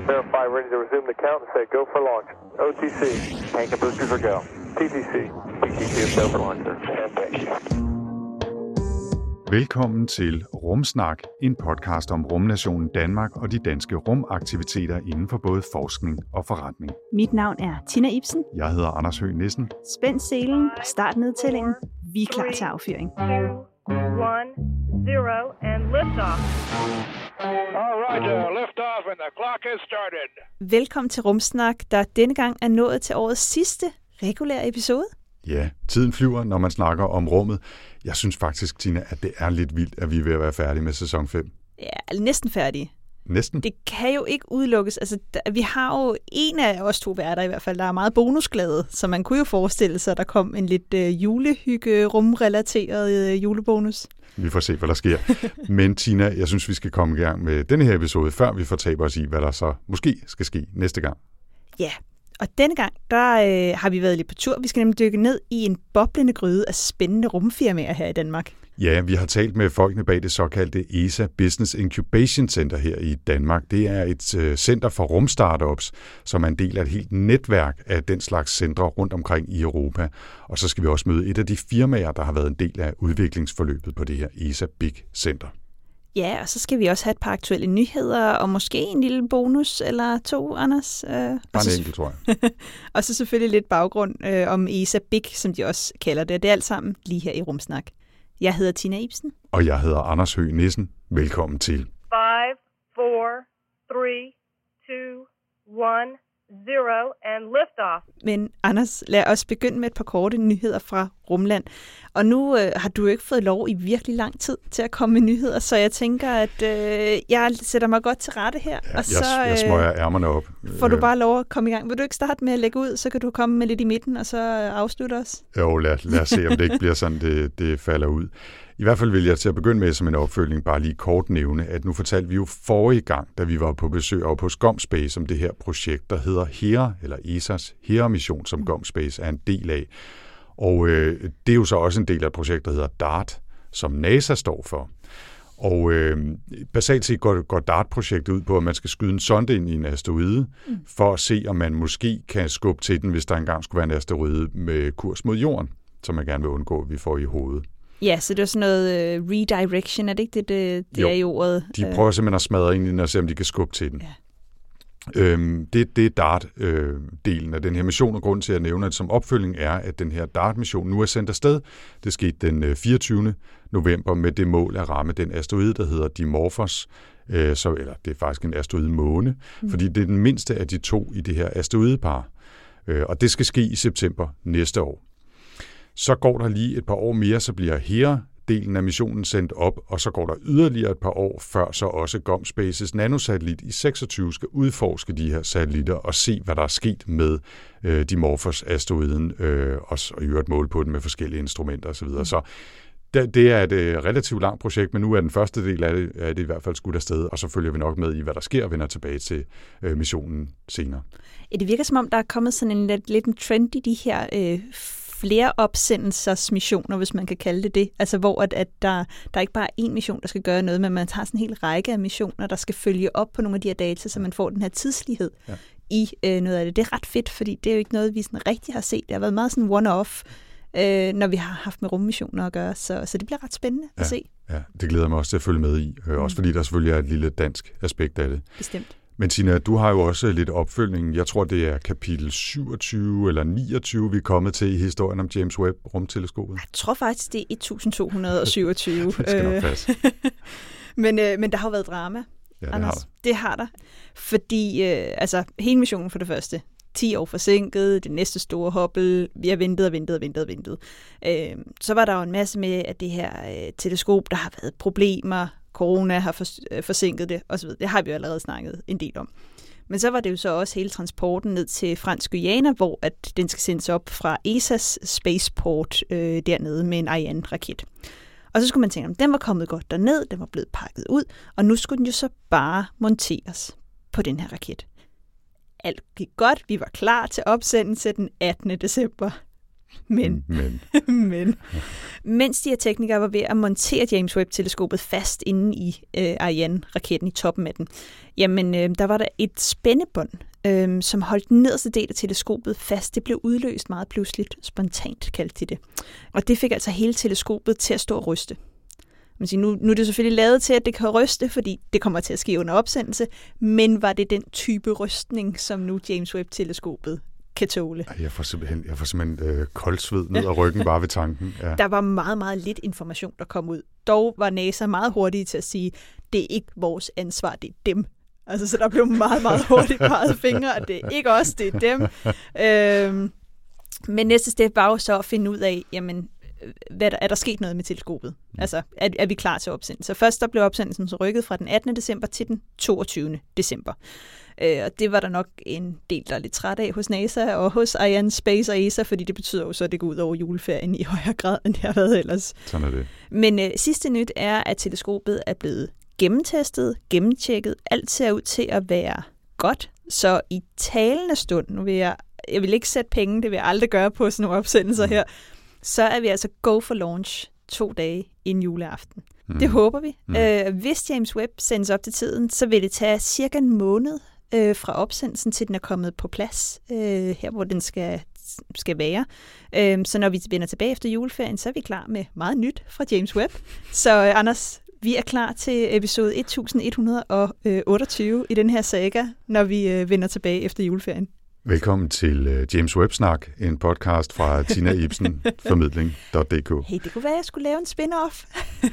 Verify, ready to resume the count and say go for launch. OTC, tank and boosters are go. TTC, TTC is go for launch, sir. And thank you. Velkommen til Rumsnak, en podcast om rumnationen Danmark og de danske rumaktiviteter inden for både forskning og forretning. Mit navn er Tina Ibsen. Jeg hedder Anders Høgh Nissen. Spænd selen og start nedtællingen. Vi er klar til affyring. 3, 2, 1, 0 and liftoff. All right, liftoff and the clock has started. Velkommen til Rumsnak, der denne gang er nået til årets sidste regulære episode. Ja, tiden flyver, når man snakker om rummet. Jeg synes faktisk, Tina, at det er lidt vildt, at vi er ved at være færdige med sæson 5. Ja, næsten færdige. Næsten? Det kan jo ikke udelukkes. Altså, vi har jo en af os to værter i hvert fald, der er meget bonusglade, så man kunne jo forestille sig, at der kom en lidt julehygge-rumrelateret julebonus. Vi får se, hvad der sker. Men Tina, jeg synes, vi skal komme i gang med denne her episode, før vi fortaber os i, hvad der så måske skal ske næste gang. Ja, og denne gang, der har vi været lidt på tur. Vi skal nemlig dykke ned i en boblende gryde af spændende rumfirmaer her i Danmark. Ja, vi har talt med folkene bag det såkaldte ESA Business Incubation Center her i Danmark. Det er et center for rumstartups, som er en del af et helt netværk af den slags centre rundt omkring i Europa. Og så skal vi også møde et af de firmaer, der har været en del af udviklingsforløbet på det her ESA Big Center. Ja, og så skal vi også have et par aktuelle nyheder, og måske en lille bonus eller to, Anders. Bare en enkelt, tror jeg. Og så selvfølgelig lidt baggrund om ESA Big, som de også kalder det. Det er alt sammen lige her i Rumsnak. Jeg hedder Tina Ibsen. Og jeg hedder Anders Høgh Nissen. Velkommen til. 5, 4, 3, 2, 1, 0 and liftoff. Men Anders, lad os begynde med et par korte nyheder fra Rumland. Og nu har du jo ikke fået lov i virkelig lang tid til at komme med nyheder, så jeg tænker, at jeg sætter mig godt til rette her. Ja, og så jeg smøger ærmerne op. Får du bare lov at komme i gang. Vil du ikke starte med at lægge ud, så kan du komme med lidt i midten, og så afslutte os? Jo, lad os se, om det ikke bliver sådan, det falder ud. I hvert fald vil jeg til at begynde med som en opfølgning bare lige kort nævne, at nu fortalte vi jo forrige gang, da vi var på besøg op hos GomSpace om det her projekt, der hedder HERA, eller ESA's HERA-mission, som GomSpace er en del af. Og det er jo så også en del af et projekt, der hedder DART, som NASA står for. Og basalt set går DART-projektet ud på, at man skal skyde en sonde ind i en asteroide, for at se, om man måske kan skubbe til den, hvis der engang skulle være en asteroide med kurs mod jorden, som man gerne vil undgå, at vi får i hovedet. Ja, så det er sådan noget redirection, er det ikke det jo, er i ordet? De prøver simpelthen at smadre ind i den og se, om de kan skubbe til den. Ja. Det er DART-delen af den her mission, og grunden til at nævne det som opfølging er, at den her DART-mission nu er sendt afsted. Det skete den 24. november med det mål at ramme den asteroide, der hedder Dimorphos, eller det er faktisk en asteroide-måne, fordi det er den mindste af de to i det her asteroidepar. Og det skal ske i september næste år. Så går der lige et par år mere, så bliver HERA-delen af missionen sendt op, og så går der yderligere et par år, før så også GomSpaces nanosatellit i 26 skal udforske de her satellitter og se, hvad der er sket med Dimorphos-asteroiden, og i øvrigt måle på den med forskellige instrumenter osv. Så det er et relativt langt projekt, men nu er den første del af det i hvert fald skudt afsted, og så følger vi nok med i, hvad der sker, og vender tilbage til missionen senere. Ja, det virker som om, der er kommet sådan en lidt en trend i de her flere opsendelsesmissioner, hvis man kan kalde det. Altså hvor at der ikke bare er én mission, der skal gøre noget, men man tager sådan en hel række af missioner, der skal følge op på nogle af de her data, så man får den her tidslighed i noget af det. Det er ret fedt, fordi det er jo ikke noget, vi sådan rigtig har set. Det har været meget sådan one-off, når vi har haft med rummissioner at gøre, så det bliver ret spændende at se. Ja, det glæder mig også til at følge med i, også fordi der selvfølgelig er et lille dansk aspekt af det. Bestemt. Men Tina, du har jo også lidt opfølgning. Jeg tror, det er kapitel 27 eller 29, vi er kommet til i historien om James Webb-rumteleskopet. Jeg tror faktisk, det er 1227. Det skal nok passe. men der har jo været drama, ja, det Anders. Har der. Det har der. Fordi hele missionen for det første, 10 år forsinket, det næste store Hubble, vi har ventet. Så var der jo en masse med, at det her teleskop, der har været problemer, corona har forsinket det osv. Det har vi jo allerede snakket en del om. Men så var det jo så også hele transporten ned til Fransk Guyana, hvor at den skal sendes op fra ESA's spaceport dernede med en Ariane-raket. Og så skulle man tænke, om den var kommet godt derned, den var blevet pakket ud, og nu skulle den jo så bare monteres på den her raket. Alt gik godt, vi var klar til opsendelse den 18. december. Men. Mens de her teknikere var ved at montere James Webb-teleskopet fast inde i Ariane-raketten i toppen af den, jamen der var der et spændebånd, som holdt den nederste del af teleskopet fast. Det blev udløst meget pludseligt, spontant kaldte de det. Og det fik altså hele teleskopet til at stå og ryste. Nu er det selvfølgelig lavet til, at det kan ryste, fordi det kommer til at ske under opsendelse, men var det den type rystning, som nu James Webb-teleskopet kan tåle? Jeg får simpelthen koldsved ned ad ryggen bare ved tanken. Ja. Der var meget, meget lidt information, der kom ud. Dog var NASA meget hurtige til at sige, det er ikke vores ansvar, det er dem. Altså, så der blev meget, meget hurtigt peget fingre, at det er ikke os, det er dem. Men næste step var jo så at finde ud af, jamen, er der sket noget med teleskopet? Altså, er vi klar til opsendelse? Så først der blev opsendelsen så rykket fra den 18. december til den 22. december. Og det var der nok en del, der er lidt træt af hos NASA og hos Ariane Space og ESA, fordi det betyder jo så, at det går ud over juleferien i højere grad, end det har været ellers. Sådan er det. Men sidste nyt er, at teleskopet er blevet gennemtestet, gennemtjekket. Alt ser ud til at være godt. Så i talende stund, nu vil jeg vil ikke sætte penge, det vil jeg aldrig gøre på sådan nogle opsendelser her, så er vi altså go for launch 2 dage inden juleaften. Det håber vi. Hvis James Webb sendes op til tiden, så vil det tage cirka en måned fra opsendelsen, til den er kommet på plads, her hvor den skal være. Så når vi vender tilbage efter juleferien, så er vi klar med meget nyt fra James Webb. Så Anders, vi er klar til episode 1128 i den her saga, når vi vender tilbage efter juleferien. Velkommen til James Webb-snak, en podcast fra Tina Ibsen, formidling.dk. Hey, det kunne være, at jeg skulle lave en spin-off.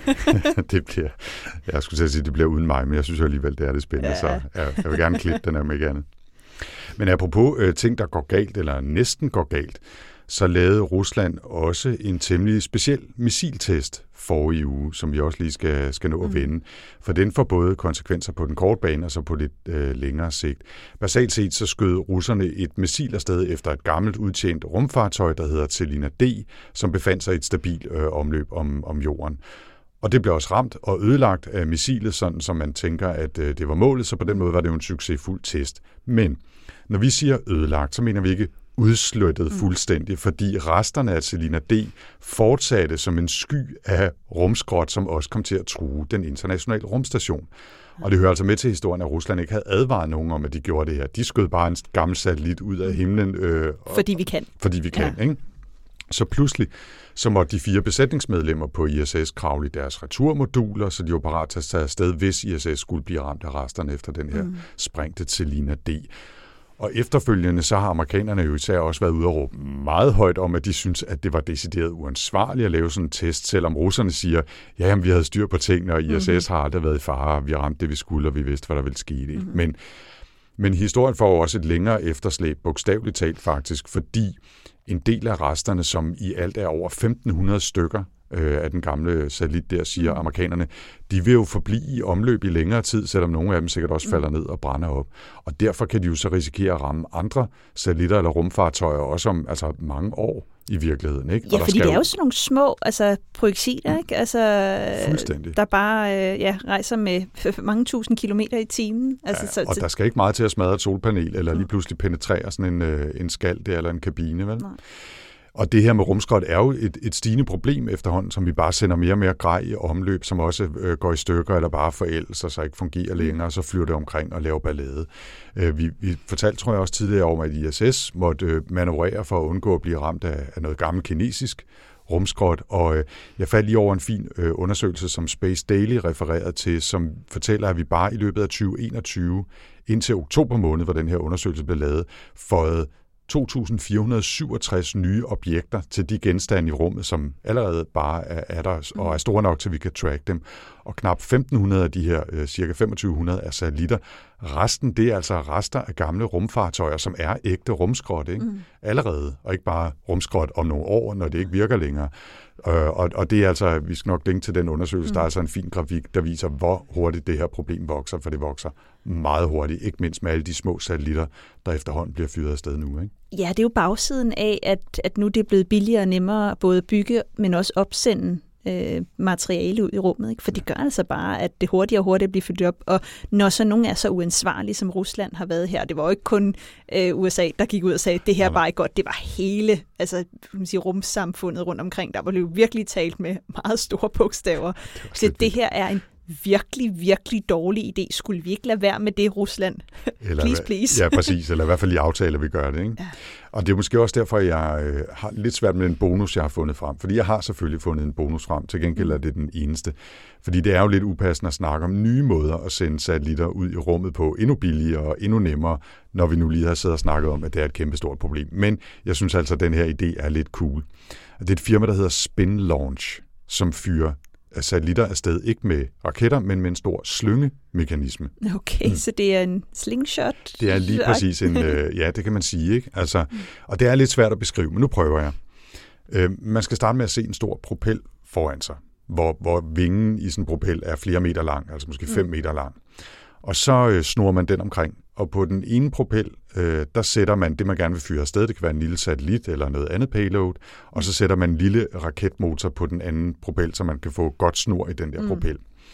Jeg skulle sige, at det bliver uden mig, men jeg synes alligevel, det er det spændende, så jeg vil gerne klippe den her med gerne. Men apropos ting, der går galt, eller næsten går galt, så lavede Rusland også en temmelig speciel missiltest forrige uge, som vi også lige skal nå at vende. For den får både konsekvenser på den korte bane og så på lidt længere sigt. Basalt set så skød russerne et missil afsted efter et gammelt udtjent rumfartøj, der hedder Selina D, som befandt sig i et stabilt omløb om jorden. Og det blev også ramt og ødelagt af missilet, sådan som man tænker, at det var målet, så på den måde var det jo en succesfuld test. Men når vi siger ødelagt, så mener vi ikke udsluttet fuldstændig, fordi resterne af Selina D fortsatte som en sky af rumskrot, som også kom til at true den internationale rumstation. Og det hører altså med til historien, at Rusland ikke havde advaret nogen om, at de gjorde det her. De skød bare en gammel satellit ud af himlen. Fordi vi kan. Fordi vi kan, ikke? Så pludselig så måtte de 4 besætningsmedlemmer på ISS kravle i deres returmoduler, så de var parat til at tage afsted, hvis ISS skulle blive ramt af resterne efter den her sprængte Selina D. Og efterfølgende så har amerikanerne jo især også været ude og råbe meget højt om, at de synes, at det var decideret uansvarligt at lave sådan en test, selvom russerne siger, ja, jamen, vi havde styr på tingene, og ISS har aldrig været i fare, vi ramte det, vi skulle, og vi vidste, hvad der ville ske. Men historien får også et længere efterslæb, bogstaveligt talt faktisk, fordi en del af resterne, som i alt er over 1.500 stykker af den gamle satellit der, siger amerikanerne, de vil jo forblive i omløb i længere tid, selvom nogle af dem sikkert også falder ned og brænder op. Og derfor kan de jo så risikere at ramme andre satellitter eller rumfartøjer også om mange år i virkeligheden. Ikke? Ja, fordi det er jo sådan nogle små projektiler, ikke? Der bare rejser med mange tusind kilometer i timen. Og der skal ikke meget til at smadre et solpanel, eller lige pludselig penetrere sådan en skal der, eller en kabine, vel? Nej. Og det her med rumskrot er jo et stigende problem efterhånden, som vi bare sender mere og mere grej i omløb, som også går i stykker eller bare forældes og så ikke fungerer længere, og så flyver det omkring og laver ballade. Vi fortalte, tror jeg også tidligere om, at ISS måtte manøvrere for at undgå at blive ramt af noget gammelt kinesisk rumskrot, og jeg faldt lige over en fin undersøgelse, som Space Daily refererede til, som fortæller, at vi bare i løbet af 2021, indtil oktober måned, hvor den her undersøgelse blev lavet, fået 2.467 nye objekter til de genstande i rummet, som allerede bare er der og er store nok til, at vi kan track dem. Og knap 1.500 af de her, cirka 2.500 er satellitter. Resten, det er altså rester af gamle rumfartøjer, som er ægte rumskrot, ikke? Allerede, og ikke bare rumskrot om nogle år, når det ikke virker længere. Og det er altså, vi skal nok linke til den undersøgelse, der er altså en fin grafik, der viser, hvor hurtigt det her problem vokser, for det vokser meget hurtigt, ikke mindst med alle de små satellitter, der efterhånden bliver fyret afsted nu, ikke? Ja, det er jo bagsiden af, at nu det er blevet billigere og nemmere både at bygge, men også opsende materiale ud i rummet, ikke? For det gør altså bare, at det hurtigere og hurtigere bliver fyldt op, og når så nogen er så uansvarlige, som Rusland har været her, det var jo ikke kun USA, der gik ud og sagde, det her var ikke godt, det var hele rumsamfundet rundt omkring, der blev virkelig talt med meget store bogstaver. Så det her er en virkelig, virkelig dårlig idé. Skulle vi ikke lade være med det, Rusland? Please. Ja, præcis. Eller i hvert fald i aftaler, vi gør det. Ikke? Ja. Og det er måske også derfor, jeg har lidt svært med den bonus, jeg har fundet frem. Fordi jeg har selvfølgelig fundet en bonus frem. Til gengæld er det den eneste. Fordi det er jo lidt upassende at snakke om nye måder at sende satellitter ud i rummet på. Endnu billigere og endnu nemmere, når vi nu lige har siddet og snakket om, at det er et kæmpestort problem. Men jeg synes altså, at den her idé er lidt cool. Det er et firma, der hedder Spin Launch, som fyrer satellitter afsted, ikke med raketter, men med en stor slyngemekanisme. Okay, så det er en slingshot? Det er lige præcis en, ja, det kan man sige, ikke? Altså, og det er lidt svært at beskrive, men nu prøver jeg. Man skal starte med at se en stor propel foran sig, hvor vingen i sådan en propel er flere meter lang, altså måske 5 meter lang. Og så snurrer man den omkring, og på den ene propel, der sætter man det, man gerne vil fyre afsted. Det kan være en lille satellit eller noget andet payload, og så sætter man en lille raketmotor på den anden propel, så man kan få godt snor i den der propel.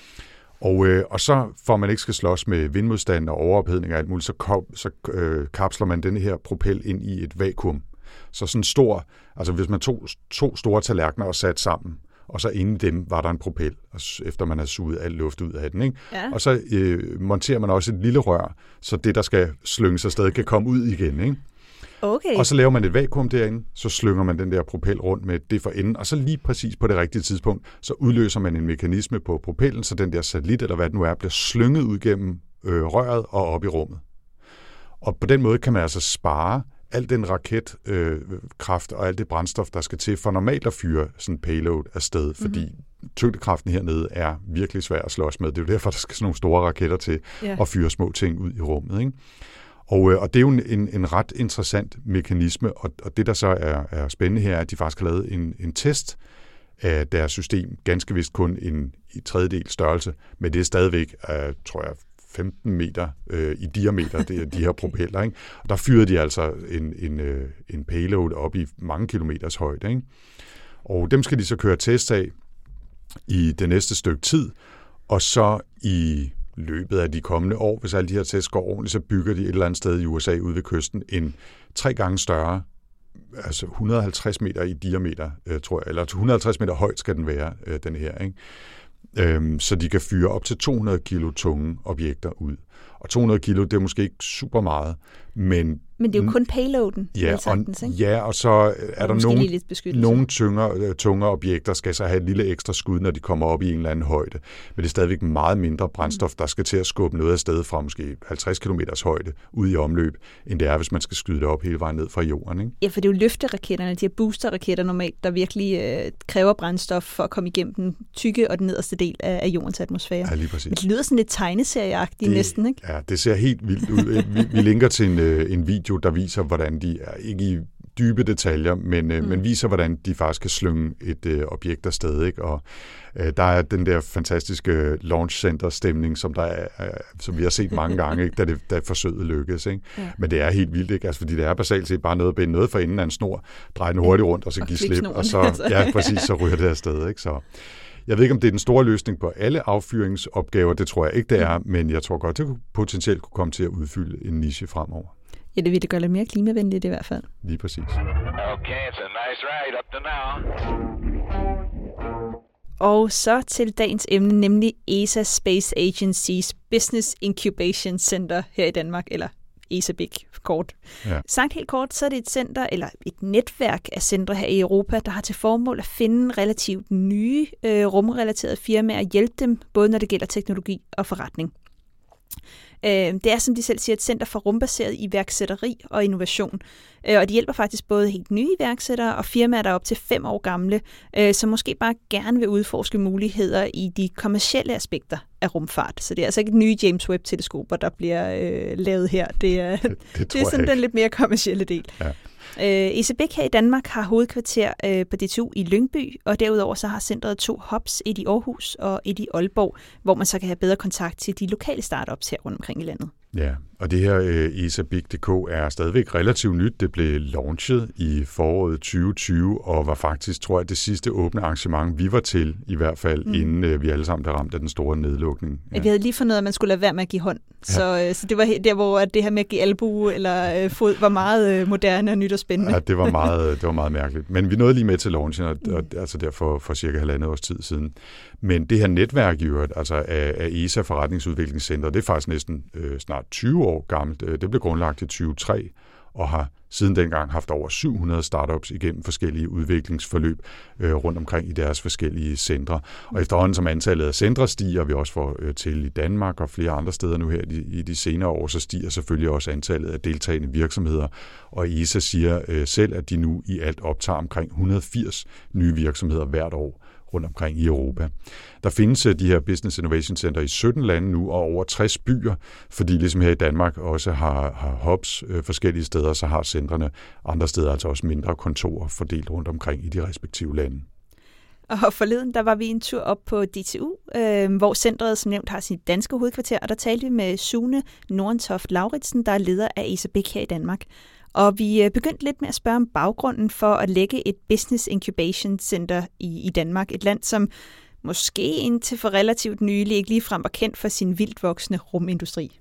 Og så, for man ikke skal slås med vindmodstand og overophedning og alt muligt, så kapsler man denne her propel ind i et vakuum. Så sådan stor, altså hvis man tog to store tallerkener og satte sammen, og så inde i dem var der en propel, efter man har suget al luft ud af den. Ikke? Ja. Og så monterer man også et lille rør, så det, der skal slynge sig stadig, kan komme ud igen. Ikke? Okay. Og så laver man et vakuum derinde, så slynger man den der propel rundt med det for enden, og så lige præcis på det rigtige tidspunkt, så udløser man en mekanisme på propellen, så den der satellit, eller hvad det nu er, bliver slynget ud gennem røret og op i rummet. Og på den måde kan man altså spare al den raketkraft og alt det brændstof, der skal til for normalt at fyre sådan en payload afsted, fordi tyngdekraften hernede er virkelig svær at slås med. Det er jo derfor, der skal sådan nogle store raketter til at fyre små ting ud i rummet. Ikke? Og det er jo en ret interessant mekanisme, og det, der så er spændende her, er, at de faktisk har lavet en test af deres system, ganske vist kun i tredjedel størrelse, men det er stadigvæk, tror jeg, 15 meter i diameter, det er de her propeller. Ikke? Og der fyrede de altså en payload op i mange kilometers højde. Ikke? Og dem skal de så køre test af i det næste stykke tid, og så i løbet af de kommende år, hvis alle de her tests går ordentligt, så bygger de et eller andet sted i USA ude ved kysten en 3 gange større, altså 150 meter i diameter, tror jeg, eller 150 meter højt skal den være, den her, ikke? Så de kan fyre op til 200 kilo tunge objekter ud. Og 200 kilo, det er måske ikke super meget, men det er jo kun payloaden. Og så er der nogle tunge objekter, skal så have et lille ekstra skud, når de kommer op i en eller anden højde. Men det er stadigvæk meget mindre brændstof, der skal til at skubbe noget af sted fra måske 50 kilometers højde ud i omløb, end det er, hvis man skal skyde det op hele vejen ned fra jorden. Ikke? Ja, for det er jo løfteraketterne, de her boosterraketter normalt, der virkelig kræver brændstof for at komme igennem den tykke og den nederste del af jordens atmosfære. Ja, lige præcis. Men det lyder sådan lidt tegneserieagtigt næsten, ikke? Ja, det ser helt vildt ud. Vi linker til en video, der viser, hvordan de er ikke i dybe detaljer, men viser, hvordan de faktisk kan slynge et objekt afsted. Ikke? Og der er den der fantastiske launch center-stemning, som vi har set mange gange, ikke? Da forsøget lykkes. Ikke? Ja. Men det er helt vildt, ikke? Altså, fordi det er basalt set bare noget at binde noget for enden af en snor, dreje den hurtigt rundt, og så give slip, og så, ja, præcis, så ryger det afsted. Ikke? Så jeg ved ikke, om det er den store løsning på alle affyringsopgaver, det tror jeg ikke, det er, men jeg tror godt, det potentielt kunne komme til at udfylde en niche fremover. Ja, det vil det gøre lidt mere klimavenligt i hvert fald. Lige præcis. Okay, it's a nice ride up to now. Og så til dagens emne, nemlig ESA Space Agency's Business Incubation Center her i Danmark, eller ESABIC kort. Ja. Sagt helt kort, så er det et center, eller et netværk af centre her i Europa, der har til formål at finde relativt nye rumrelaterede firmaer og hjælpe dem, både når det gælder teknologi og forretning. Det er, som de selv siger, et center for rumbaseret iværksætteri og innovation. Og de hjælper faktisk både helt nye iværksættere og firmaer, der er op til 5 år gamle, som måske bare gerne vil udforske muligheder i de kommercielle aspekter af rumfart. Så det er altså ikke nye James Webb-teleskoper, der bliver lavet her. Det er sådan den lidt mere kommercielle del. Ja. ESABIC her i Danmark har hovedkvarter på DTU i Lyngby, og derudover så har centret 2 hubs, et i Aarhus og et i Aalborg, hvor man så kan have bedre kontakt til de lokale startups her rundt omkring i landet. Ja, og det her ESABIC.dk er stadigvæk relativt nyt. Det blev launchet i foråret 2020 og var faktisk, tror jeg, det sidste åbne arrangement, vi var til, i hvert fald inden vi alle sammen der ramte af den store nedlukning. Ja. Vi havde lige fundet, at man skulle lade være med at give hånd. Ja. Så det var der, hvor det her med at give albue eller fod var meget moderne og nyt og spændende. Ja, det var meget mærkeligt. Men vi nåede lige med til launchen, og altså derfor for cirka 1,5 års tid siden. Men det her netværk i øvrigt, altså af ESA Forretningsudviklingscenter, det er faktisk næsten snart 20 år gammelt. Det blev grundlagt i 2003 og har siden dengang haft over 700 startups igennem forskellige udviklingsforløb rundt omkring i deres forskellige centre. Og efterhånden som antallet af centre stiger, vi også får til i Danmark og flere andre steder nu her i de senere år, så stiger selvfølgelig også antallet af deltagende virksomheder. Og ESA siger selv, at de nu i alt optager omkring 180 nye virksomheder hvert år rundt omkring i Europa. Der findes de her Business Innovation Center i 17 lande nu og over 60 byer, fordi ligesom her i Danmark også har hubs forskellige steder, så har centrene andre steder altså også mindre kontorer fordelt rundt omkring i de respektive lande. Og forleden, der var vi en tur op på DTU, hvor centret som nævnt har sit danske hovedkvarter, og der talte vi med Sune Nordentoft Lauritsen, der er leder af ESABIC her i Danmark. Og vi begyndte lidt med at spørge om baggrunden for at lægge et Business Incubation Center i Danmark. Et land, som måske indtil for relativt nylig ikke ligefrem var kendt for sin vildt voksende rumindustri.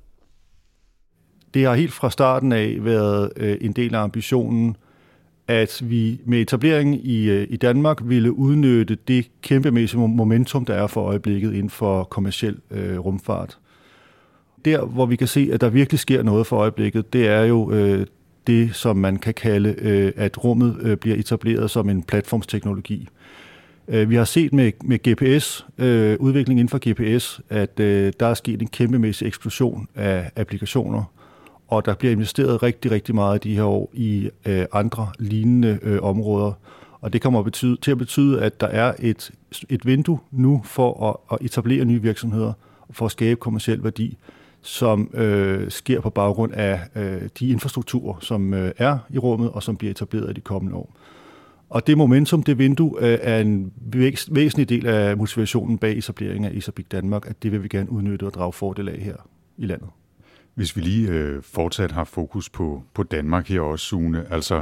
Det har helt fra starten af været en del af ambitionen, at vi med etableringen i Danmark ville udnytte det kæmpemæssige momentum, der er for øjeblikket inden for kommerciel rumfart. Der, hvor vi kan se, at der virkelig sker noget for øjeblikket, det er jo det, som man kan kalde, at rummet bliver etableret som en platformsteknologi. Vi har set med GPS, udvikling inden for GPS, at der er sket en kæmpemæssig eksplosion af applikationer, og der bliver investeret rigtig, rigtig meget i de her år i andre lignende områder. Og det kommer til at betyde, at der er et vindue nu for at etablere nye virksomheder, for at skabe kommerciel værdi, som sker på baggrund af de infrastrukturer, som er i rummet, og som bliver etableret i de kommende år. Og det momentum, det vindue, er en væsentlig del af motivationen bag etableringen af ESABIC Danmark, at det vil vi gerne udnytte og drage fordel af her i landet. Hvis vi lige fortsat har fokus på Danmark her også, Sune, altså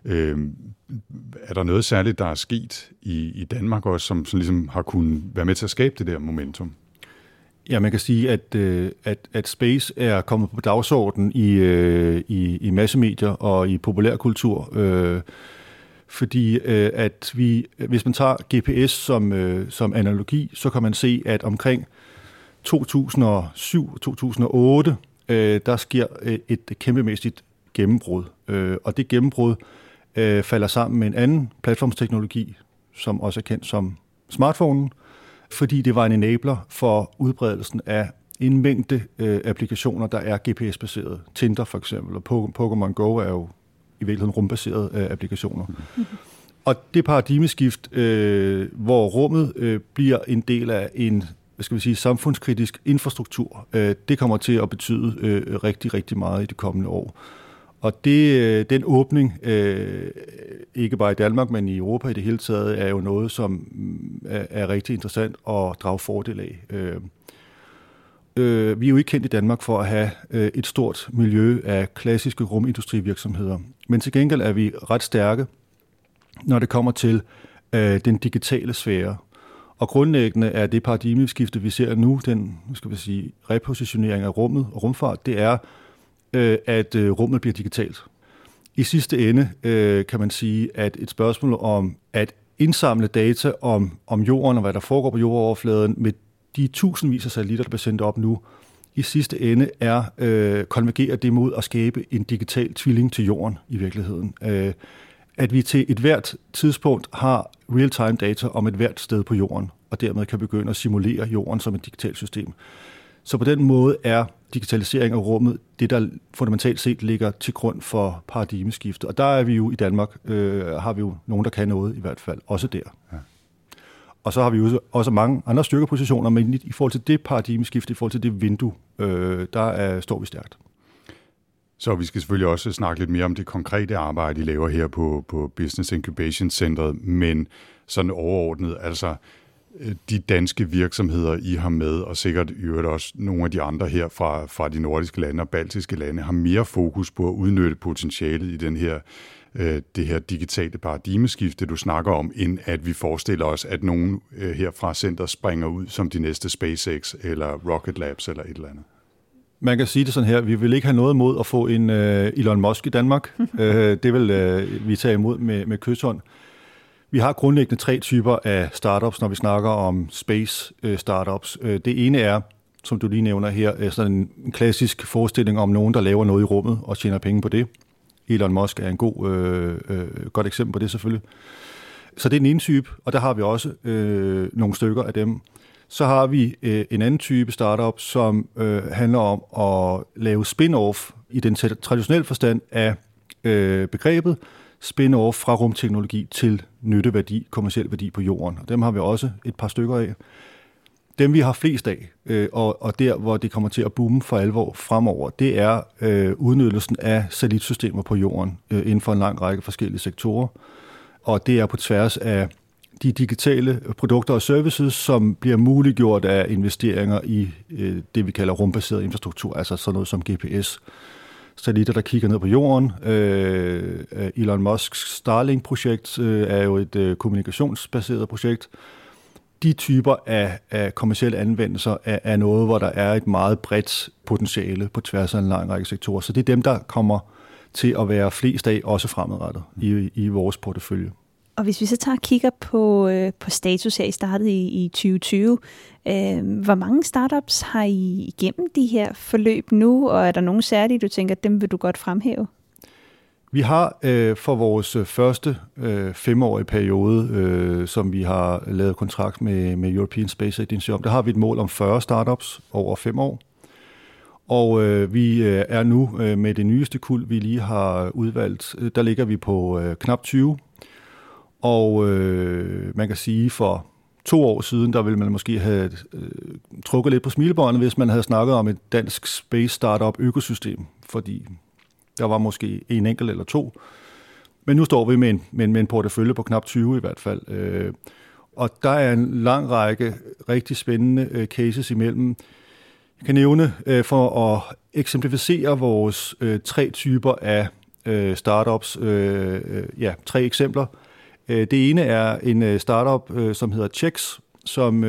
er der noget særligt, der er sket i Danmark også, som ligesom har kunnet være med til at skabe det der momentum? Ja, man kan sige, at space er kommet på dagsordenen i massemedier og i populærkultur, fordi at hvis man tager GPS som analogi, så kan man se, at omkring 2007-2008, der sker et kæmpemæssigt gennembrud. Og det gennembrud falder sammen med en anden platformsteknologi, som også er kendt som smartphonen, fordi det var en enabler for udbredelsen af en mængde applikationer, der er GPS-baserede. Tinder for eksempel, og Pokémon Go er jo i virkeligheden rumbaserede applikationer. Og det paradigmeskift, hvor rummet bliver en del af en samfundskritisk infrastruktur, det kommer til at betyde rigtig, rigtig meget i de kommende år. Og den åbning, ikke bare i Danmark, men i Europa i det hele taget, er jo noget, som er rigtig interessant at drage fordel af. Vi er jo ikke kendt i Danmark for at have et stort miljø af klassiske rumindustrivirksomheder, men til gengæld er vi ret stærke, når det kommer til den digitale sfære. Og grundlæggende er det paradigmeskifte, vi ser nu, den repositionering af rummet og rumfart, det er, at rummet bliver digitalt. I sidste ende kan man sige, at et spørgsmål om at indsamle data om jorden og hvad der foregår på jordoverfladen med de tusindvis af satellitter, der bliver sendt op nu, i sidste ende konvergerer det mod at skabe en digital tvilling til jorden i virkeligheden. At vi til et hvert tidspunkt har real-time data om et hvert sted på jorden, og dermed kan begynde at simulere jorden som et digitalt system. Så på den måde er digitalisering af rummet det, der fundamentalt set ligger til grund for paradigmeskiftet. Og der er vi jo i Danmark, har vi jo nogen, der kan noget i hvert fald, også der. Ja. Og så har vi jo også mange andre styrkepositioner, men i forhold til det paradigmeskifte, i forhold til det vindue, står vi stærkt. Så vi skal selvfølgelig også snakke lidt mere om det konkrete arbejde, I laver her på Business Incubation Centret, men sådan overordnet, altså de danske virksomheder, I har med, og sikkert i øvrigt også nogle af de andre her fra de nordiske lande og baltiske lande, har mere fokus på at udnytte potentialet i det her digitale paradigmeskifte, du snakker om, end at vi forestiller os, at nogen her fra center springer ud som de næste SpaceX eller Rocket Labs eller et eller andet? Man kan sige det sådan her, vi vil ikke have noget imod at få en Elon Musk i Danmark. Det vil vi tage imod med kyshånd. Vi har grundlæggende 3 typer af startups, når vi snakker om space startups. Det ene er, som du lige nævner her, sådan en klassisk forestilling om nogen, der laver noget i rummet og tjener penge på det. Elon Musk er en godt eksempel på det selvfølgelig. Så det er den ene type, og der har vi også nogle stykker af dem. Så har vi en anden type startup, som handler om at lave spin-off i den traditionelle forstand af begrebet spin-off fra rumteknologi til nytteværdi, kommerciel værdi på jorden. Og dem har vi også et par stykker af. Dem vi har flest af, og der hvor det kommer til at boome for alvor fremover, det er udnyttelsen af satellitsystemer på jorden inden for en lang række forskellige sektorer. Og det er på tværs af de digitale produkter og services, som bliver muliggjort af investeringer i det, vi kalder rumbaseret infrastruktur, altså sådan noget som GPS. Satellitter, der kigger ned på jorden. Elon Musks Starlink-projekt er jo et kommunikationsbaseret projekt. De typer af kommercielle anvendelser er noget, hvor der er et meget bredt potentiale på tværs af en lang række sektorer. Så det er dem, der kommer til at være flest af, også fremadrettet i vores portefølje. Og hvis vi så tager og kigger på status her, I startede i 2020, hvor mange startups har I igennem de her forløb nu, og er der nogen særlige, du tænker, dem vil du godt fremhæve? Vi har for vores første 5-årige periode, som vi har lavet kontrakt med European Space Agency om, der har vi et mål om 40 startups over 5 år. Og vi er nu med det nyeste kuld, vi lige har udvalgt, der ligger vi på knap 20. Og man kan sige, for 2 år siden, der ville man måske have trukket lidt på smilebåndet, hvis man havde snakket om et dansk space startup økosystem, fordi der var måske en enkelt eller 2. Men nu står vi med en portefølje på knap 20 i hvert fald. Og der er en lang række rigtig spændende cases imellem. Jeg kan nævne for at eksemplificere vores 3 typer af startups, 3 eksempler. Det ene er en startup, som hedder Chex, som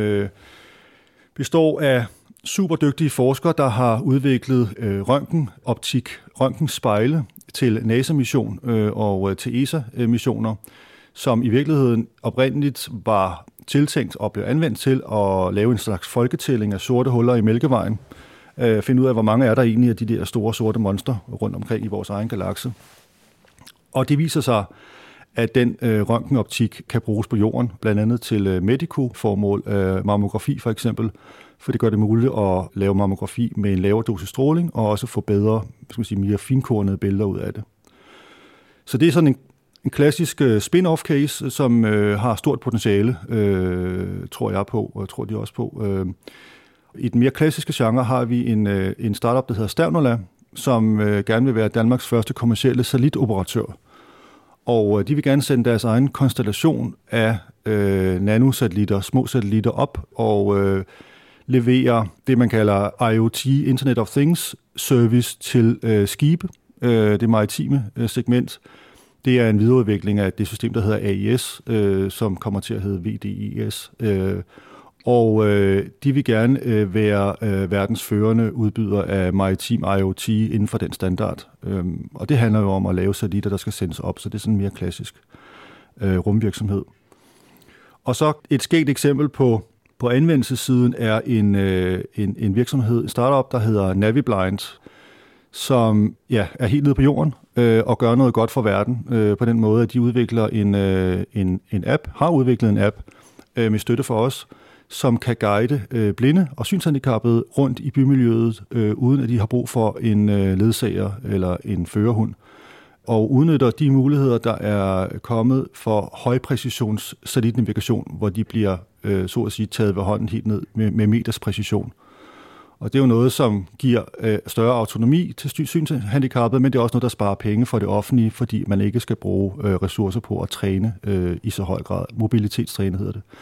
består af super dygtige forskere, der har udviklet røntgenoptik, røntgenspejle til NASA-mission og til ESA-missioner, som i virkeligheden oprindeligt var tiltænkt og blev anvendt til at lave en slags folketælling af sorte huller i Mælkevejen. Finde ud af, hvor mange er der egentlig af de der store sorte monster rundt omkring i vores egen galakse. Og det viser sig, at den røntgenoptik kan bruges på jorden, blandt andet til medico-formål, mammografi for eksempel, for det gør det muligt at lave mammografi med en lavere dosis stråling, og også få bedre, mere finkornede billeder ud af det. Så det er sådan en klassisk spin-off case, som har stort potentiale, tror jeg på, og tror de også på. I den mere klassiske genre har vi en startup, der hedder Stævnola, som gerne vil være Danmarks første kommercielle satellitoperatør. Og de vil gerne sende deres egen konstellation af nanosatellitter, små satellitter op og levere det, man kalder IoT, Internet of Things, service til skibe, det maritime segment. Det er en videreudvikling af det system, der hedder AIS, som kommer til at hedde VDIS. Og de vil gerne være verdens førende udbyder af maritim IoT inden for den standard. Og det handler jo om at lave satellitter, der skal sendes op, så det er sådan en mere klassisk rumvirksomhed. Og så et skægt eksempel på anvendelsessiden er en virksomhed, en startup, der hedder NaviBlind, som er helt nede på jorden og gør noget godt for verden på den måde, at de udvikler en app, har udviklet en app med støtte for os, som kan guide blinde og synshandicappede rundt i bymiljøet, uden at de har brug for en ledsager eller en førerhund. Og udnytter de muligheder, der er kommet for højpræcisions satellitnavigation, hvor de bliver, så at sige, taget ved hånden helt ned med meters præcision. Og det er jo noget, som giver større autonomi til synshandicappede, men det er også noget, der sparer penge for det offentlige, fordi man ikke skal bruge ressourcer på at træne i så høj grad. Mobilitetstræne hedder det.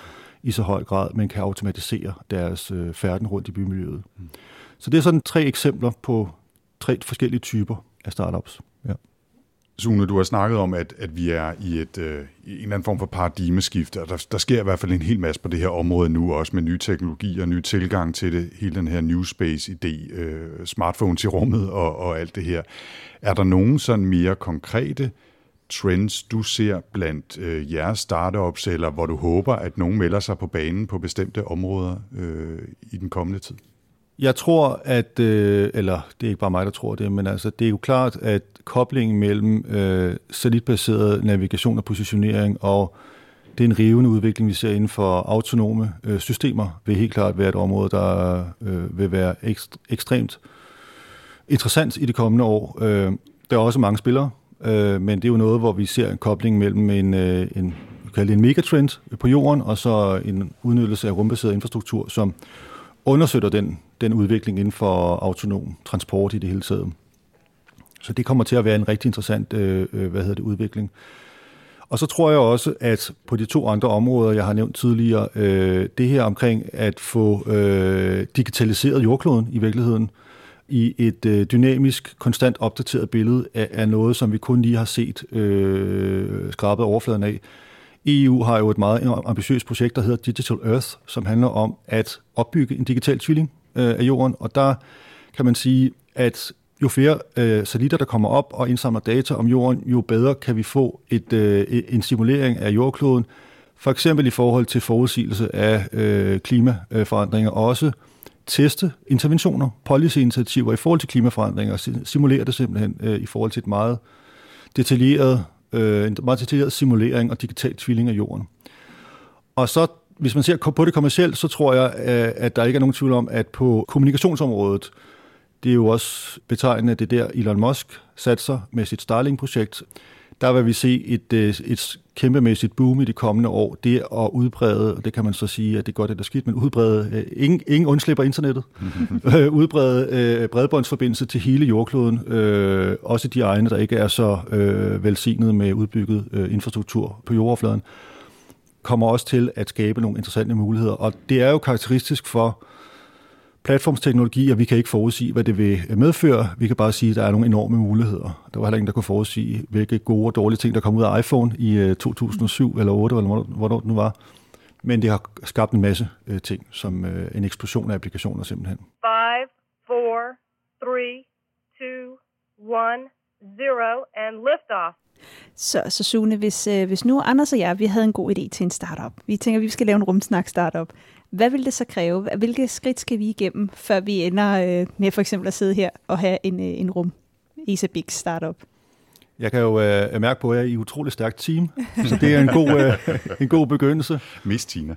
i så høj grad, men kan automatisere deres færden rundt i bymiljøet. Så det er sådan 3 eksempler på 3 forskellige typer af startups. Ja. Sune, du har snakket om, at vi er i en eller anden form for paradigmeskifte, og der sker i hvert fald en hel masse på det her område nu, også med nye teknologier, ny tilgang til det, hele den her New Space-idé, smartphones i rummet og alt det her. Er der nogen sådan mere konkrete trends, du ser blandt jeres startups, eller hvor du håber, at nogen melder sig på banen på bestemte områder i den kommende tid? Jeg tror, at, eller det er ikke bare mig, der tror det, men altså, det er jo klart, at koblingen mellem satellitbaseret navigation og positionering og den rivende udvikling, vi ser inden for autonome systemer, vil helt klart være et område, der vil være ekstremt interessant i de kommende år. Der er også mange spillere, men det er jo noget, hvor vi ser en kobling mellem en megatrend på jorden, og så en udnyttelse af rumbaseret infrastruktur, som understøtter den udvikling inden for autonom transport i det hele taget. Så det kommer til at være en rigtig interessant udvikling. Og så tror jeg også, at på de 2 andre områder, jeg har nævnt tidligere, det her omkring at få digitaliseret jordkloden i virkeligheden, i et dynamisk, konstant opdateret billede af noget, som vi kun lige har set skrabet overfladen af. EU har jo et meget ambitiøst projekt, der hedder Digital Earth, som handler om at opbygge en digital tvilling af jorden, og der kan man sige, at jo flere satellitter, der kommer op og indsamler data om jorden, jo bedre kan vi få en simulering af jordkloden, for eksempel i forhold til forudsigelse af klimaforandringer, og også teste interventioner, policyinitiativer i forhold til klimaforandringer, og simulere det simpelthen i forhold til en meget detaljeret simulering og digital tvilling af jorden. Og så, hvis man ser på det kommercielt, så tror jeg, at der ikke er nogen tvivl om, at på kommunikationsområdet, det er jo også betegnende, det der Elon Musk satser med sit Starlink-projekt, der vil vi se et kæmpemæssigt boom i de kommende år. Det at udbrede, og det kan man så sige, at det er godt eller skidt, men udbrede, ingen undslipper internettet, udbrede bredbåndsforbindelse til hele jordkloden, også de egne, der ikke er så velsignet med udbygget infrastruktur på jordoverfladen, kommer også til at skabe nogle interessante muligheder. Og det er jo karakteristisk for platformsteknologi, og vi kan ikke forudsige, hvad det vil medføre. Vi kan bare sige, at der er nogle enorme muligheder. Der var heller ingen, der kunne forudsige, hvilke gode og dårlige ting, der kom ud af iPhone i 2007 eller 2008, eller hvornår det nu var. Men det har skabt en masse ting, som en eksplosion af applikationer simpelthen. 5, 4, 3, 2, 1, 0, and liftoff. Så Sune, hvis nu Anders og jeg, vi havde en god idé til en startup. Vi tænker, at vi skal lave en rumsnak-startup. Hvad vil det så kræve? Hvilke skridt skal vi igennem, før vi ender med for eksempel at sidde her og have en ESA-BIX startup? Jeg kan jo mærke på, at jeg er i et utroligt stærkt team, så det er en god begyndelse. Mist Tina.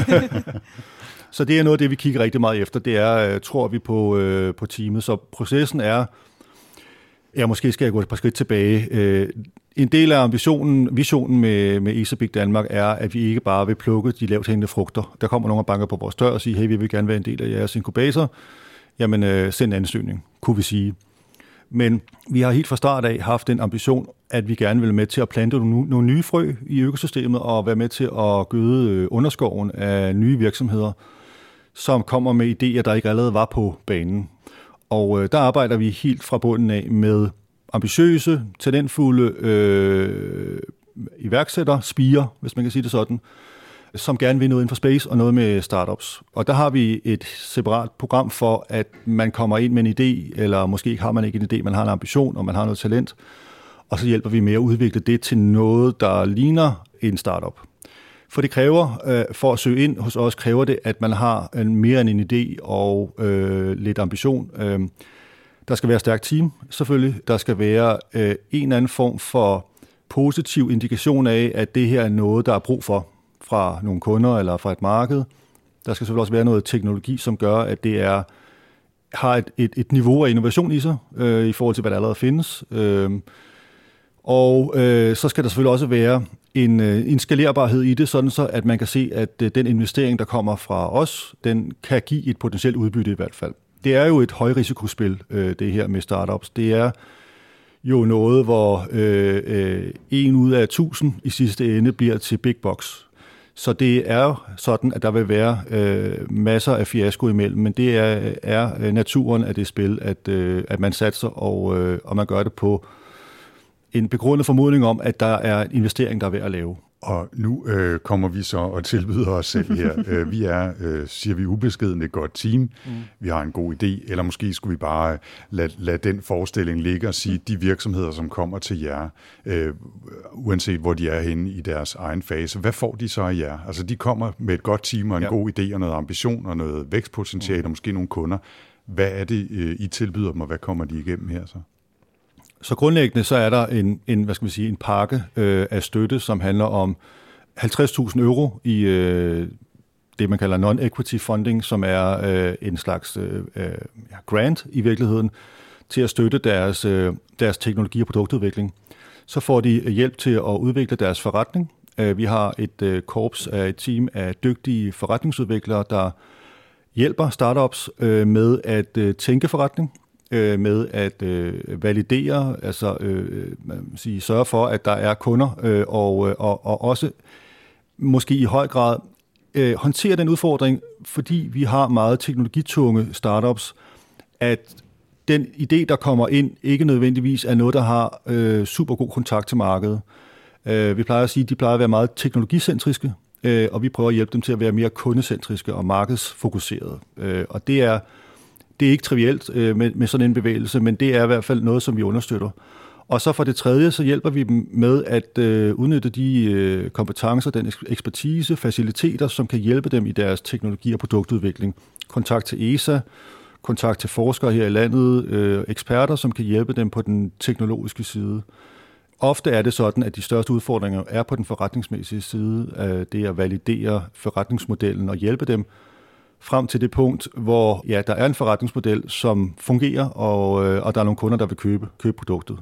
Så det er noget af det, vi kigger rigtig meget efter. Det er, tror vi, på teamet. Så processen er, måske skal jeg gå et par skridt tilbage. En del af visionen med ESA-BIX Danmark er, at vi ikke bare vil plukke de lavt hængende frugter. Der kommer nogle af banker på vores dør og siger, hey, vi vil gerne være en del af jeres inkubator. Jamen, send en ansøgning, kunne vi sige. Men vi har helt fra start af haft den ambition, at vi gerne vil være med til at plante nogle nye frø i økosystemet og være med til at gøde underskoven af nye virksomheder, som kommer med idéer, der ikke allerede var på banen. Og der arbejder vi helt fra bunden af med ambitiøse, talentfulde iværksættere, spirer, hvis man kan sige det sådan, som gerne vil noget inden for space og noget med startups. Og der har vi et separat program for, at man kommer ind med en idé, eller måske har man ikke en idé, man har en ambition, og man har noget talent, og så hjælper vi med at udvikle det til noget, der ligner en startup. For det kræver, for at søge ind hos os, kræver det, at man har mere end en idé og lidt ambition. Der skal være et stærkt team, selvfølgelig. Der skal være en eller anden form for positiv indikation af, at det her er noget, der er brug for fra nogle kunder eller fra et marked. Der skal selvfølgelig også være noget teknologi, som gør, at det har et niveau af innovation i sig, i forhold til, hvad der allerede findes. Og så skal der selvfølgelig også være en skalerbarhed i det, sådan så at man kan se, at den investering, der kommer fra os, den kan give et potentielt udbytte i hvert fald. Det er jo et højrisikospil, det her med startups. Det er jo noget, hvor 1 ud af 1000 i sidste ende bliver til big box. Så det er jo sådan, at der vil være masser af fiasko imellem, men det er naturen af det spil, at man satser, og man gør det på en begrundet formodning om, at der er en investering, der er værd at lave. Og nu kommer vi så og tilbyder os selv her. Vi er, siger vi ubeskeden, et godt team. Vi har en god idé, eller måske skulle vi bare lade den forestilling ligge og sige, de virksomheder, som kommer til jer, uanset hvor de er henne i deres egen fase, hvad får de så af jer? Altså de kommer med et godt team og en god idé og noget ambition og noget vækstpotentiale og måske nogle kunder. Hvad er det, I tilbyder dem, og hvad kommer de igennem her så? Så grundlæggende så er der en pakke af støtte, som handler om 50.000 euro i det, man kalder non-equity funding, som er en slags grant i virkeligheden, til at støtte deres teknologi- og produktudvikling. Så får de hjælp til at udvikle deres forretning. Vi har et korps af et team af dygtige forretningsudviklere, der hjælper startups med at tænke forretning, med at validere, altså sørge for, at der er kunder, og også måske i høj grad håndtere den udfordring, fordi vi har meget teknologitunge startups, at den idé, der kommer ind, ikke nødvendigvis er noget, der har super god kontakt til markedet. Vi plejer at sige, at de plejer at være meget teknologicentriske, og vi prøver at hjælpe dem til at være mere kundecentriske og markedsfokuserede. Og det er ikke trivielt med sådan en bevægelse, men det er i hvert fald noget, som vi understøtter. Og så for det tredje, så hjælper vi dem med at udnytte de kompetencer, den ekspertise, faciliteter, som kan hjælpe dem i deres teknologi- og produktudvikling. Kontakt til ESA, kontakt til forskere her i landet, eksperter, som kan hjælpe dem på den teknologiske side. Ofte er det sådan, at de største udfordringer er på den forretningsmæssige side. Det er at validere forretningsmodellen og hjælpe dem frem til det punkt, hvor der er en forretningsmodel, som fungerer, og der er nogle kunder, der vil købe produktet.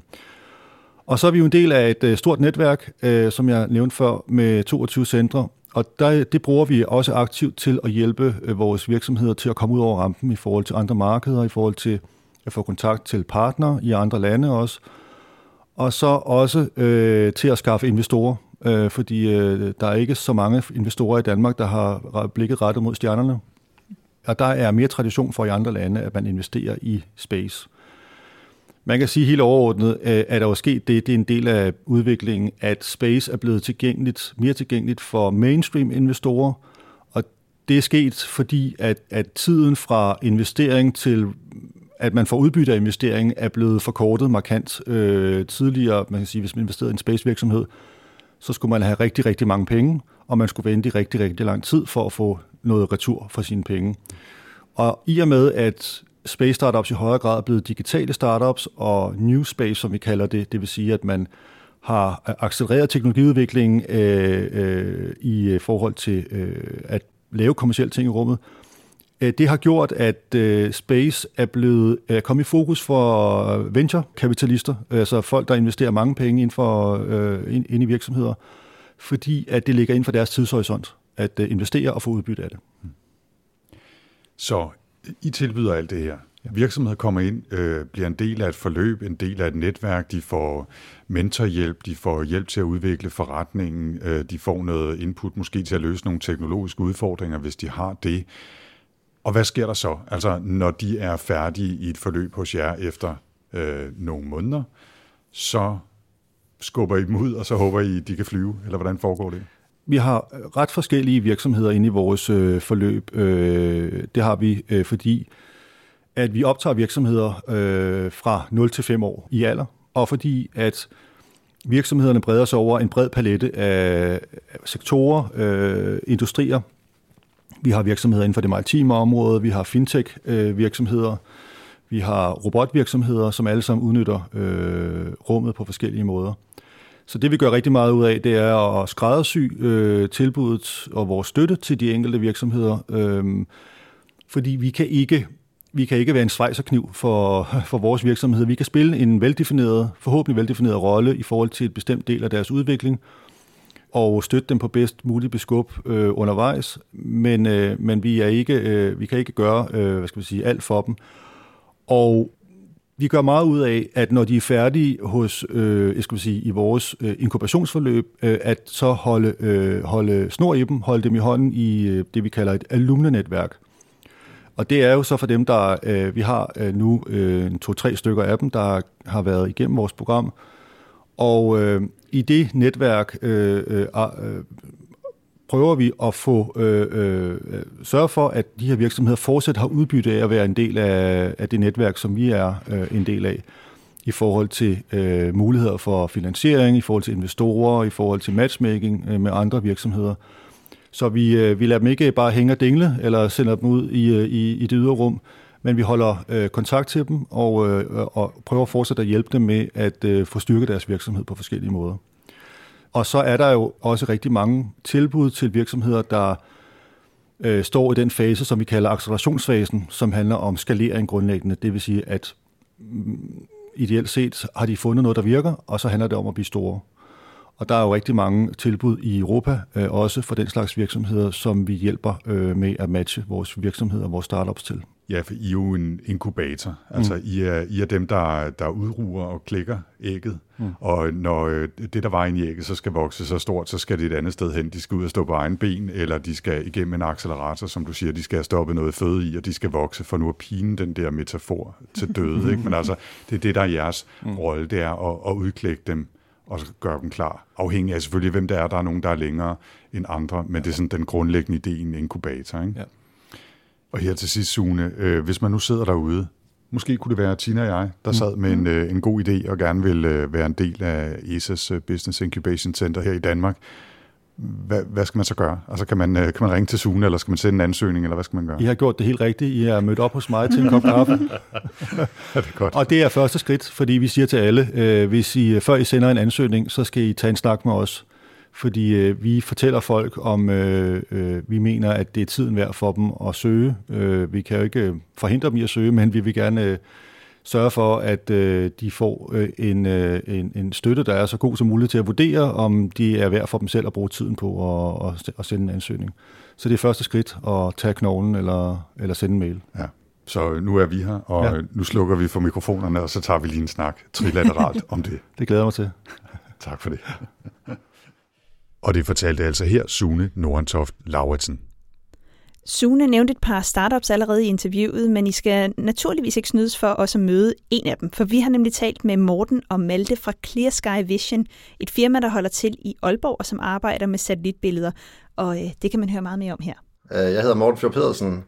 Og så er vi jo en del af et stort netværk, som jeg nævnte før, med 22 centre, og det bruger vi også aktivt til at hjælpe vores virksomheder til at komme ud over rampen i forhold til andre markeder, i forhold til at få kontakt til partnere i andre lande også, og så også til at skaffe investorer. Fordi der er ikke så mange investorer i Danmark, der har blikket rettet mod stjernerne. Og der er mere tradition for i andre lande, at man investerer i space. Man kan sige helt overordnet, at der er sket det er en del af udviklingen, at space er blevet mere tilgængeligt for mainstream investorer. Og det er sket, fordi at tiden fra investering til at man får udbytte af investeringen, er blevet forkortet markant. Tidligere, man kan sige, hvis man investerede i en space-virksomhed, så skulle man have rigtig, rigtig mange penge, og man skulle vente i rigtig, rigtig lang tid for at få noget retur for sine penge. Og i og med, at space startups i højere grad er blevet digitale startups, og new space, som vi kalder det, det vil sige, at man har accelereret teknologiudviklingen i forhold til at lave kommercielle ting i rummet, det har gjort, at space er kommet i fokus for venture-kapitalister, altså folk, der investerer mange penge ind i virksomheder, fordi at det ligger inden for deres tidshorisont at investere og få udbytte af det. Så I tilbyder alt det her. Virksomheder kommer ind, bliver en del af et forløb, en del af et netværk, de får mentorhjælp, de får hjælp til at udvikle forretningen, de får noget input måske til at løse nogle teknologiske udfordringer, hvis de har det. Og hvad sker der så? Altså, når de er færdige i et forløb hos jer efter nogle måneder, så skubber I dem ud, og så håber I, de kan flyve, eller hvordan foregår det? Vi har ret forskellige virksomheder inde i vores forløb. Det har vi, fordi at vi optager virksomheder fra 0 til 5 år i alder, og fordi at virksomhederne breder sig over en bred palette af sektorer, industrier. Vi har virksomheder inden for det maritime område, vi har fintech-virksomheder, vi har robotvirksomheder, som alle sammen udnytter rummet på forskellige måder. Så det vi gør rigtig meget ud af, det er at skræddersy tilbuddet og vores støtte til de enkelte virksomheder, fordi vi kan ikke være en svejserkniv for vores virksomhed. Vi kan spille en forhåbentlig veldefineret rolle i forhold til et bestemt del af deres udvikling, og støtte dem på bedst mulig beskub undervejs, men vi kan ikke gøre alt for dem. Og Vi gør meget ud af, at når de er færdige hos, i vores inkubationsforløb, at så holde snor i dem, holde dem i hånden i det, vi kalder et alumnenetværk. Og det er jo så for dem, der vi har nu 2-3 stykker af dem, der har været igennem vores program. Og i det netværk prøver vi at få sørge for, at de her virksomheder fortsat har udbytte af at være en del af det netværk, som vi er en del af, i forhold til muligheder for finansiering, i forhold til investorer, i forhold til matchmaking med andre virksomheder. Så vi lader dem ikke bare hænge og dingle, eller sender dem ud i det ydre rum, men vi holder kontakt til dem og prøver fortsat at hjælpe dem med at få styrket deres virksomhed på forskellige måder. Og så er der jo også rigtig mange tilbud til virksomheder, der står i den fase, som vi kalder accelerationsfasen, som handler om skalering grundlæggende. Det vil sige, at ideelt set har de fundet noget, der virker, og så handler det om at blive store. Og der er jo rigtig mange tilbud i Europa, også for den slags virksomheder, som vi hjælper med at matche vores virksomheder og vores startups til. Ja, for I er jo en inkubator. Altså, I er dem, der udruger og klikker ægget. Og når det, der var inde i ægget, så skal vokse så stort, så skal det et andet sted hen. De skal ud og stå på egen ben, eller de skal igennem en accelerator, som du siger, de skal have stoppet noget føde i, og de skal vokse for nu at pine den der metafor til døde. Ikke? Men altså, det er det, der er jeres rolle, det er at udklække dem og gøre dem klar. Afhængig af selvfølgelig, hvem der er. Der er nogen, der er længere end andre, men det er sådan den grundlæggende idé i en inkubator. Ikke? Ja. Og her til sidst, Sune, hvis man nu sidder derude, måske kunne det være Tina og jeg, der sad med en god idé og gerne vil være en del af ESA's Business Incubation Center her i Danmark. Hvad skal man så gøre? Altså kan man ringe til Sune, eller skal man sende en ansøgning, eller hvad skal man gøre? I har gjort det helt rigtigt. I er mødt op hos mig til en kop kaffe. Ja, det er godt. Og det er første skridt, fordi vi siger til alle, hvis I før I sender en ansøgning, så skal I tage en snak med os. Fordi vi fortæller folk om, vi mener, at det er tiden værd for dem at søge. Vi kan jo ikke forhindre dem i at søge, men vi vil gerne sørge for, at de får en støtte, der er så god som muligt til at vurdere, om de er værd for dem selv at bruge tiden på at sende en ansøgning. Så det er første skridt at tage knoglen eller sende en mail. Ja. Så nu er vi her, og nu slukker vi for mikrofonerne, og så tager vi lige en snak trilateralt om det. Det glæder mig til. Tak for det. Og det fortalte altså her Sune Nordentoft Lauritsen. Sune nævnte et par startups allerede i interviewet, men I skal naturligvis ikke snydes for også at møde en af dem, for vi har nemlig talt med Morten og Malte fra Clear Sky Vision, et firma, der holder til i Aalborg og som arbejder med satellitbilleder, og det kan man høre meget mere om her. Jeg hedder Morten Fjord Pedersen.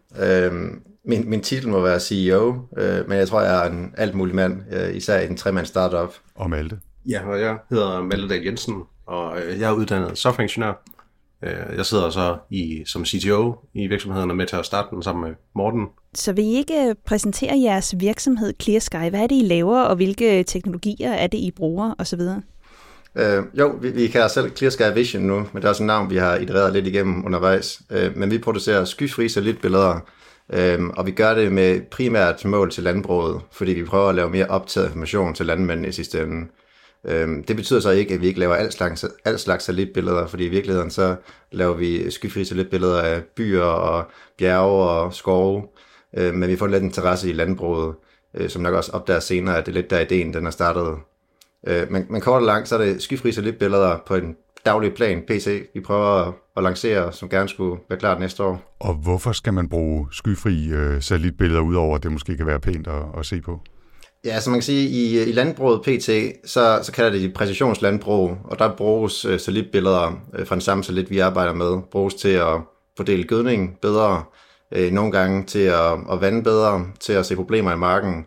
Min titel må være CEO, men jeg tror, jeg er en alt mulig mand, især i en 3-mand startup. Og Malte? Ja, og jeg hedder Malte Dahl Jensen, og jeg er uddannet softwareingeniør. Jeg sidder så som CTO i virksomheden og med til at starte den sammen med Morten. Så vil I ikke præsentere jeres virksomhed Clear Sky? Hvad er det, I laver, og hvilke teknologier er det, I bruger osv.? Jo, vi kalder selv Clear Sky Vision nu, men det er også en navn, vi har itereret lidt igennem undervejs. Men vi producerer skyfrie satellitbilleder, og vi gør det med primært mål til landbruget, fordi vi prøver at lave mere optaget information til landmændene i sidste ende. Det betyder så ikke, at vi ikke laver al slags satellitbilleder, fordi i virkeligheden så laver vi skyfrie satellitbilleder af byer og bjerge og skove, men vi får lidt interesse i landbruget, som nok også opdager senere, at det er lidt der ideen, den er startet. Men kort og langt, så er det skyfrie satellitbilleder på en daglig plan, PC, vi prøver at lancere, som gerne skulle være klart næste år. Og hvorfor skal man bruge skyfrie satellitbilleder, udover at det måske kan være pænt at se på? Ja, så man kan sige, i landbruget PT, så kalder det præcisionslandbrug, og der bruges satellitbilleder fra den samme satellit, vi arbejder med, bruges til at fordele gødning bedre, nogle gange til at vande bedre, til at se problemer i marken.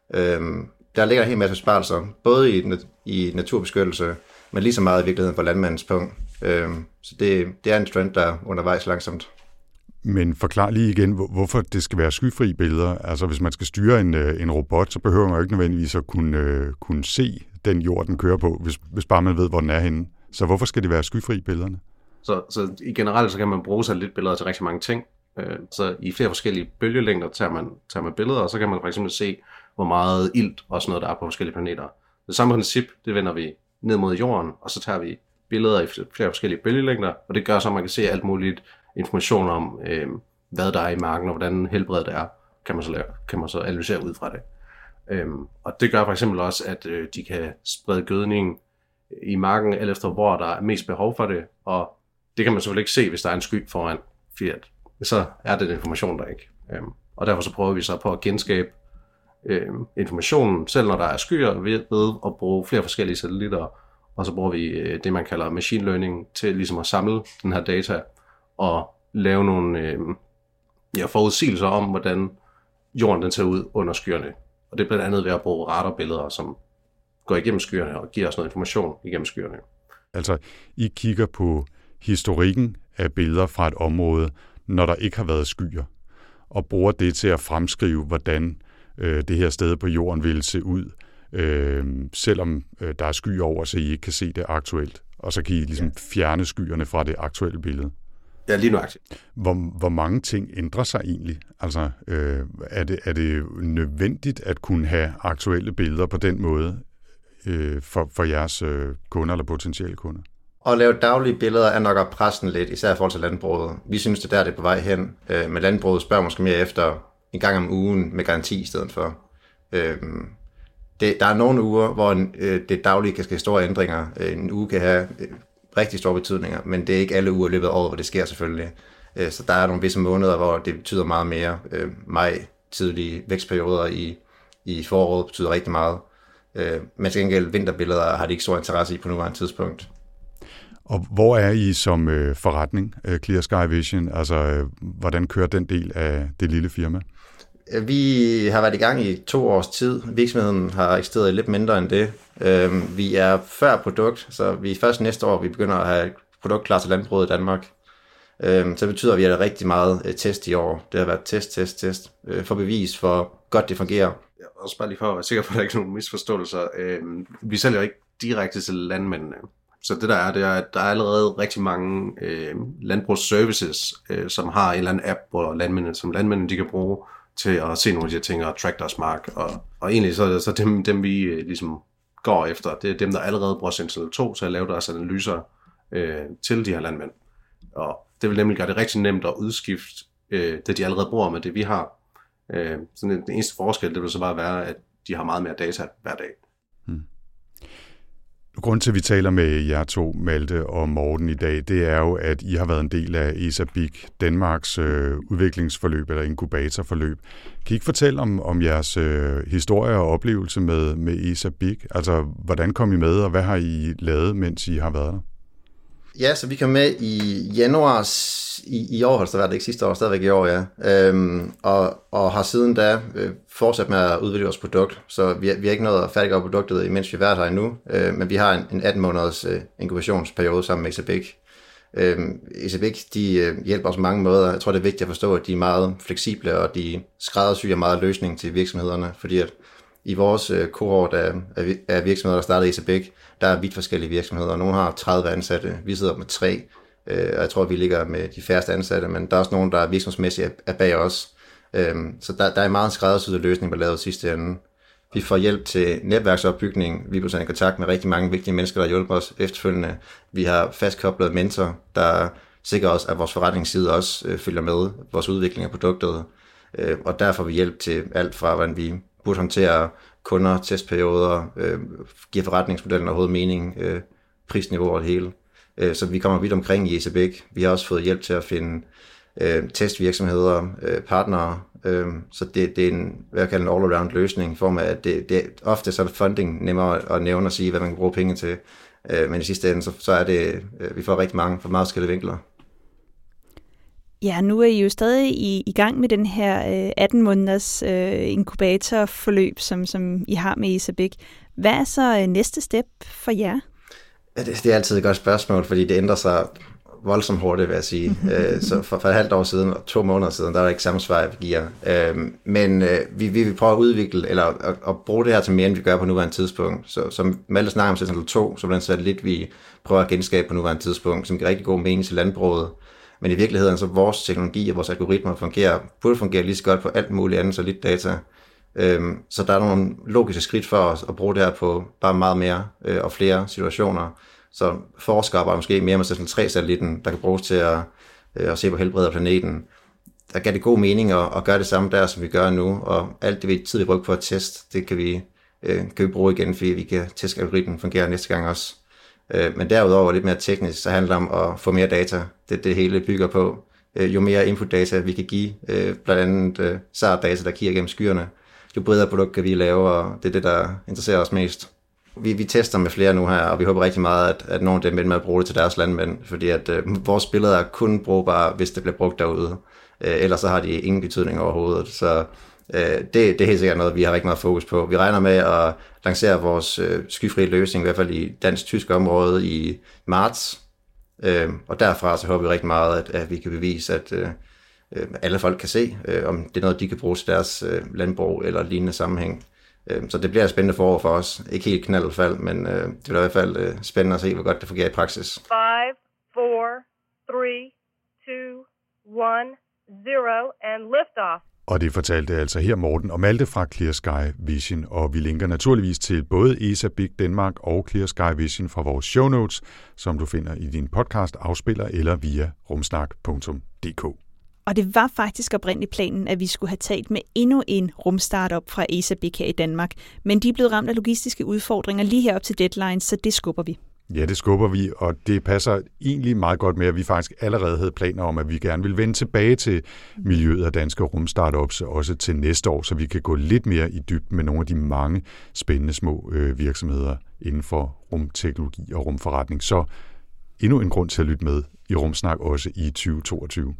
Der ligger en hel masse besparelser, både i naturbeskyttelse, men lige så meget i virkeligheden for landmandens punkt. Så det er en trend, der er undervejs langsomt. Men forklar lige igen, hvorfor det skal være skyfri billeder. Altså hvis man skal styre en robot, så behøver man jo ikke nødvendigvis at kunne se den jord, den kører på, hvis bare man ved, hvor den er henne. Så hvorfor skal det være skyfri billederne? Så i generelt så kan man bruge satellitbilleder til rigtig mange ting. Så i flere forskellige bølgelængder tager man billeder, og så kan man for eksempel se, hvor meget ilt og sådan noget, der er på forskellige planeter. Det samme princip, det vender vi ned mod jorden, og så tager vi billeder i flere forskellige bølgelængder, og det gør så, at man kan se alt muligt information om, hvad der er i marken, og hvordan helbredet er, kan man så analysere ud fra det. Og det gør for eksempel også, at de kan sprede gødning i marken, alt efter hvor der er mest behov for det, og det kan man selvfølgelig ikke se, hvis der er en sky foran, fordi så er det information der ikke. Og derfor så prøver vi så på at genskabe informationen, selv når der er skyer, ved at bruge flere forskellige satellitter, og så bruger vi det, man kalder machine learning, til ligesom at samle den her data, og lave nogle forudsigelser om, hvordan jorden den ser ud under skyerne. Og det er blandt andet ved at bruge radarbilleder, som går igennem skyerne og giver os noget information igennem skyerne. Altså, I kigger på historikken af billeder fra et område, når der ikke har været skyer, og bruger det til at fremskrive, hvordan det her sted på jorden vil se ud, selvom der er skyer over, så I ikke kan se det aktuelt. Og så kan I ligesom fjerne skyerne fra det aktuelle billede. Ja, lige nuagtigt. Hvor mange ting ændrer sig egentlig? Altså, er det nødvendigt at kunne have aktuelle billeder på den måde for jeres kunder eller potentielle kunder? At lave daglige billeder er nok at presse den lidt, især i forhold til landbruget. Vi synes, det er på vej hen. Men landbruget spørger måske mere efter en gang om ugen med garanti i stedet for. Der er nogle uger, hvor det daglige kan ske store ændringer. En uge kan have rigtig store betydninger, men det er ikke alle uger i løbet af året, hvor det sker selvfølgelig. Så der er nogle visse måneder, hvor det betyder meget mere. Maj, tidlige vækstperioder i foråret betyder rigtig meget. Men til gengæld vinterbilleder har de ikke stor interesse i på nuværende tidspunkt. Og hvor er I som forretning, Clear Sky Vision? Altså, hvordan kører den del af det lille firma? Vi har været i gang i 2 års tid. Virksomheden har eksisteret lidt mindre end det. Vi er før produkt, så vi først næste år, vi begynder at have et produkt klar til landbruget i Danmark. Så det betyder, at vi har rigtig meget test i år. Det har været test. For bevis for godt det fungerer. Også bare lige for at være sikker på, at der ikke er nogen misforståelser. Vi sælger ikke direkte til landmændene. Så det er, at der er allerede rigtig mange landbrugsservices, som har en eller anden app, hvor landmændene de kan bruge til at se nogle af de her ting og track deres mark. Og egentlig så dem vi ligesom går efter, det er dem, der allerede bruger Sentinel-2 til at lave deres analyser til de her landmænd. Og det vil nemlig gøre det rigtig nemt at udskifte det, de allerede bruger med det, vi har. Sådan den eneste forskel, det vil så bare være, at de har meget mere data hver dag. Grunden til, at vi taler med jer to, Malte og Morten, i dag, det er jo, at I har været en del af ESABIC, Danmarks udviklingsforløb eller inkubatorforløb. Kan I ikke fortælle om jeres historie og oplevelse med ESABIC? Altså, hvordan kom I med, og hvad har I lavet, mens I har været der? Ja, så vi kom med i januar i år, så var det ikke sidste år, stadigvæk i år, ja. Og har siden da fortsat med at udvikle vores produkt, så vi har ikke nået at færdiggøre produktet, imens vi har været her endnu, men vi har en 18 måneders inkubationsperiode sammen med ESABIC. ESABIC, de hjælper os på mange måder. Jeg tror, det er vigtigt at forstå, at de er meget fleksible, og de skræddersyr meget løsning til virksomhederne, fordi at i vores kohort af virksomheder, der startede ESABIC, der er vidt forskellige virksomheder, og nogle har 30 ansatte, vi sidder med 3, og jeg tror, vi ligger med de færreste ansatte, men der er også nogen, der er virksomhedsmæssigt er bag os. Så der er meget en skræddersyet løsning, vi har lavet sidste ende. Vi får hjælp til netværksopbygning, vi bliver i kontakt med rigtig mange vigtige mennesker, der hjælper os efterfølgende. Vi har fastkoblet mentor, der sikrer os, at vores forretningsside også følger med vores udvikling af produktet, og derfor vi hjælp til alt fra, hvordan vi burde håndtere kunder, testperioder, giver forretningsmodellen overhovedet mening, prisniveau og det hele. Så vi kommer vidt omkring i ESABIC. Vi har også fået hjælp til at finde testvirksomheder, partnere, så det er en, hvad jeg kalder en all-around løsning, i form af, at det ofte så er funding nemmere at nævne og sige, hvad man kan bruge penge til, men i sidste ende, så er det, vi får rigtig mange fra meget forskellige vinkler. Ja, nu er I jo stadig i gang med den her 18 måneders inkubatorforløb, som I har med ESABIC. Hvad er så næste step for jer? Ja, det er altid et godt spørgsmål, fordi det ændrer sig voldsomt hurtigt, vil jeg sige. Så for et halvt år siden og 2 måneder siden, der var ikke samme svar, vi giver. Men vi vil prøve at udvikle, eller at bruge det her til mere, end vi gør på nuværende tidspunkt. Så som Malte snakker om Sentinel-2, så bliver det lidt, vi prøver at genskabe på nuværende tidspunkt, som giver rigtig god mening til landbruget. Men i virkeligheden, så vores teknologi og vores algoritmer burde fungere lige så godt på alt muligt andet, så lidt data. Så der er nogle logiske skridt for os at bruge det her på bare meget mere og flere situationer. Så forskere arbejder måske mere med Sentinel-3-satellitten, der kan bruges til at se på helbred af planeten. der gav det god mening at gøre det samme der, som vi gør nu, og alt det tid, vi brugte på at teste, det kan vi bruge igen, fordi vi kan teste, at algoritmen fungerer næste gang også. Men derudover lidt mere teknisk, så handler det om at få mere data. Det hele bygger på. Jo mere input-data vi kan give, blandt andet SAR-data, der kigger gennem skyerne, jo bredere produkt kan vi lave, og det er det, der interesserer os mest. Vi tester med flere nu her, og vi håber rigtig meget, at nogen af dem vil med at bruge det til deres landmænd, fordi at vores billeder er kun brugbare, hvis det bliver brugt derude. Ellers så har de ingen betydning overhovedet. Så det er helt sikkert noget, vi har rigtig meget fokus på. Vi regner med at lancere vores skyfri løsning, i hvert fald i dansk-tysk område i marts. Og derfra så håber vi rigtig meget, at vi kan bevise, at alle folk kan se, om det er noget, de kan bruge til deres landbrug eller lignende sammenhæng. Så det bliver et spændende forår for os. Ikke helt knaldfald, men det bliver i hvert fald spændende at se, hvor godt det fungerer i praksis. 5, 4, 3, 2, 1, 0, and liftoff. Og det fortalte altså her Morten og Malte fra Clear Sky Vision, og vi linker naturligvis til både ESA Big Denmark og Clear Sky Vision fra vores show notes, som du finder i din podcast afspiller eller via rumsnak.dk. Og det var faktisk oprindeligt planen, at vi skulle have talt med endnu en rumstartup fra ESA Big her i Danmark, men de er blevet ramt af logistiske udfordringer lige herop til deadline, så det skubber vi. Ja, det skubber vi, og det passer egentlig meget godt med, at vi faktisk allerede havde planer om, at vi gerne vil vende tilbage til miljøet af danske rumstartups også til næste år, så vi kan gå lidt mere i dybden med nogle af de mange spændende små virksomheder inden for rumteknologi og rumforretning. Så endnu en grund til at lytte med i Rumsnak også i 2022.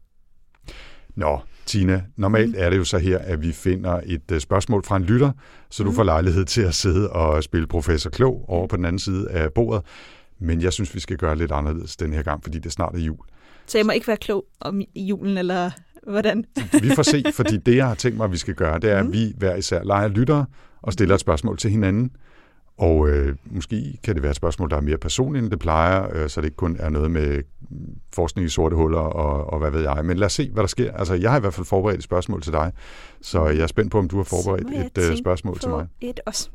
Nå, Tina, normalt er det jo så her, at vi finder et spørgsmål fra en lytter, så du får lejlighed til at sidde og spille professor klog over på den anden side af bordet. Men jeg synes, vi skal gøre lidt anderledes den her gang, fordi det snart er jul. Så jeg må ikke være klog om julen, eller hvordan? Vi får se, fordi det, jeg har tænkt mig, at vi skal gøre, det er, at vi hver især leger lyttere og stiller et spørgsmål til hinanden. Og måske kan det være et spørgsmål, der er mere personligt, end det plejer, så det ikke kun er noget med forskning i sorte huller og hvad ved jeg. Men lad os se, hvad der sker. Altså, jeg har i hvert fald forberedt et spørgsmål til dig, så jeg er spændt på, om du har forberedt et spørgsmål til mig. Et også.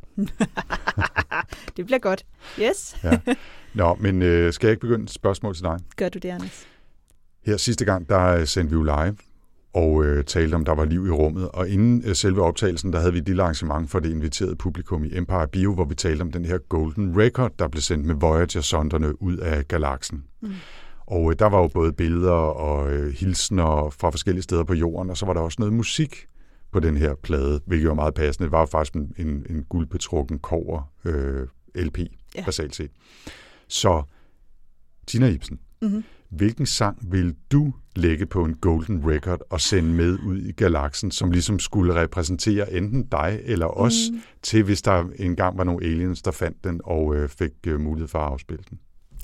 Det bliver godt. Yes. Ja. Nå, men skal jeg ikke begynde et spørgsmål til dig? Gør du det, Anders? Her sidste gang, der sendte vi jo live og talte om, der var liv i rummet. Og inden selve optagelsen, der havde vi et lille arrangement for det inviterede publikum i Empire Bio, hvor vi talte om den her Golden Record, der blev sendt med Voyager-sonderne ud af galaksen. Og der var jo både billeder og hilsener fra forskellige steder på jorden, og så var der også noget musik på den her plade, hvilket var meget passende. Det var faktisk en guldbetrukken kobber LP, basalt set. Så, Tina Ibsen, hvilken sang vil du lægge på en Golden Record og sende med ud i galaksen, som ligesom skulle repræsentere enten dig eller os, til hvis der engang var nogle aliens, der fandt den og fik mulighed for at afspille den?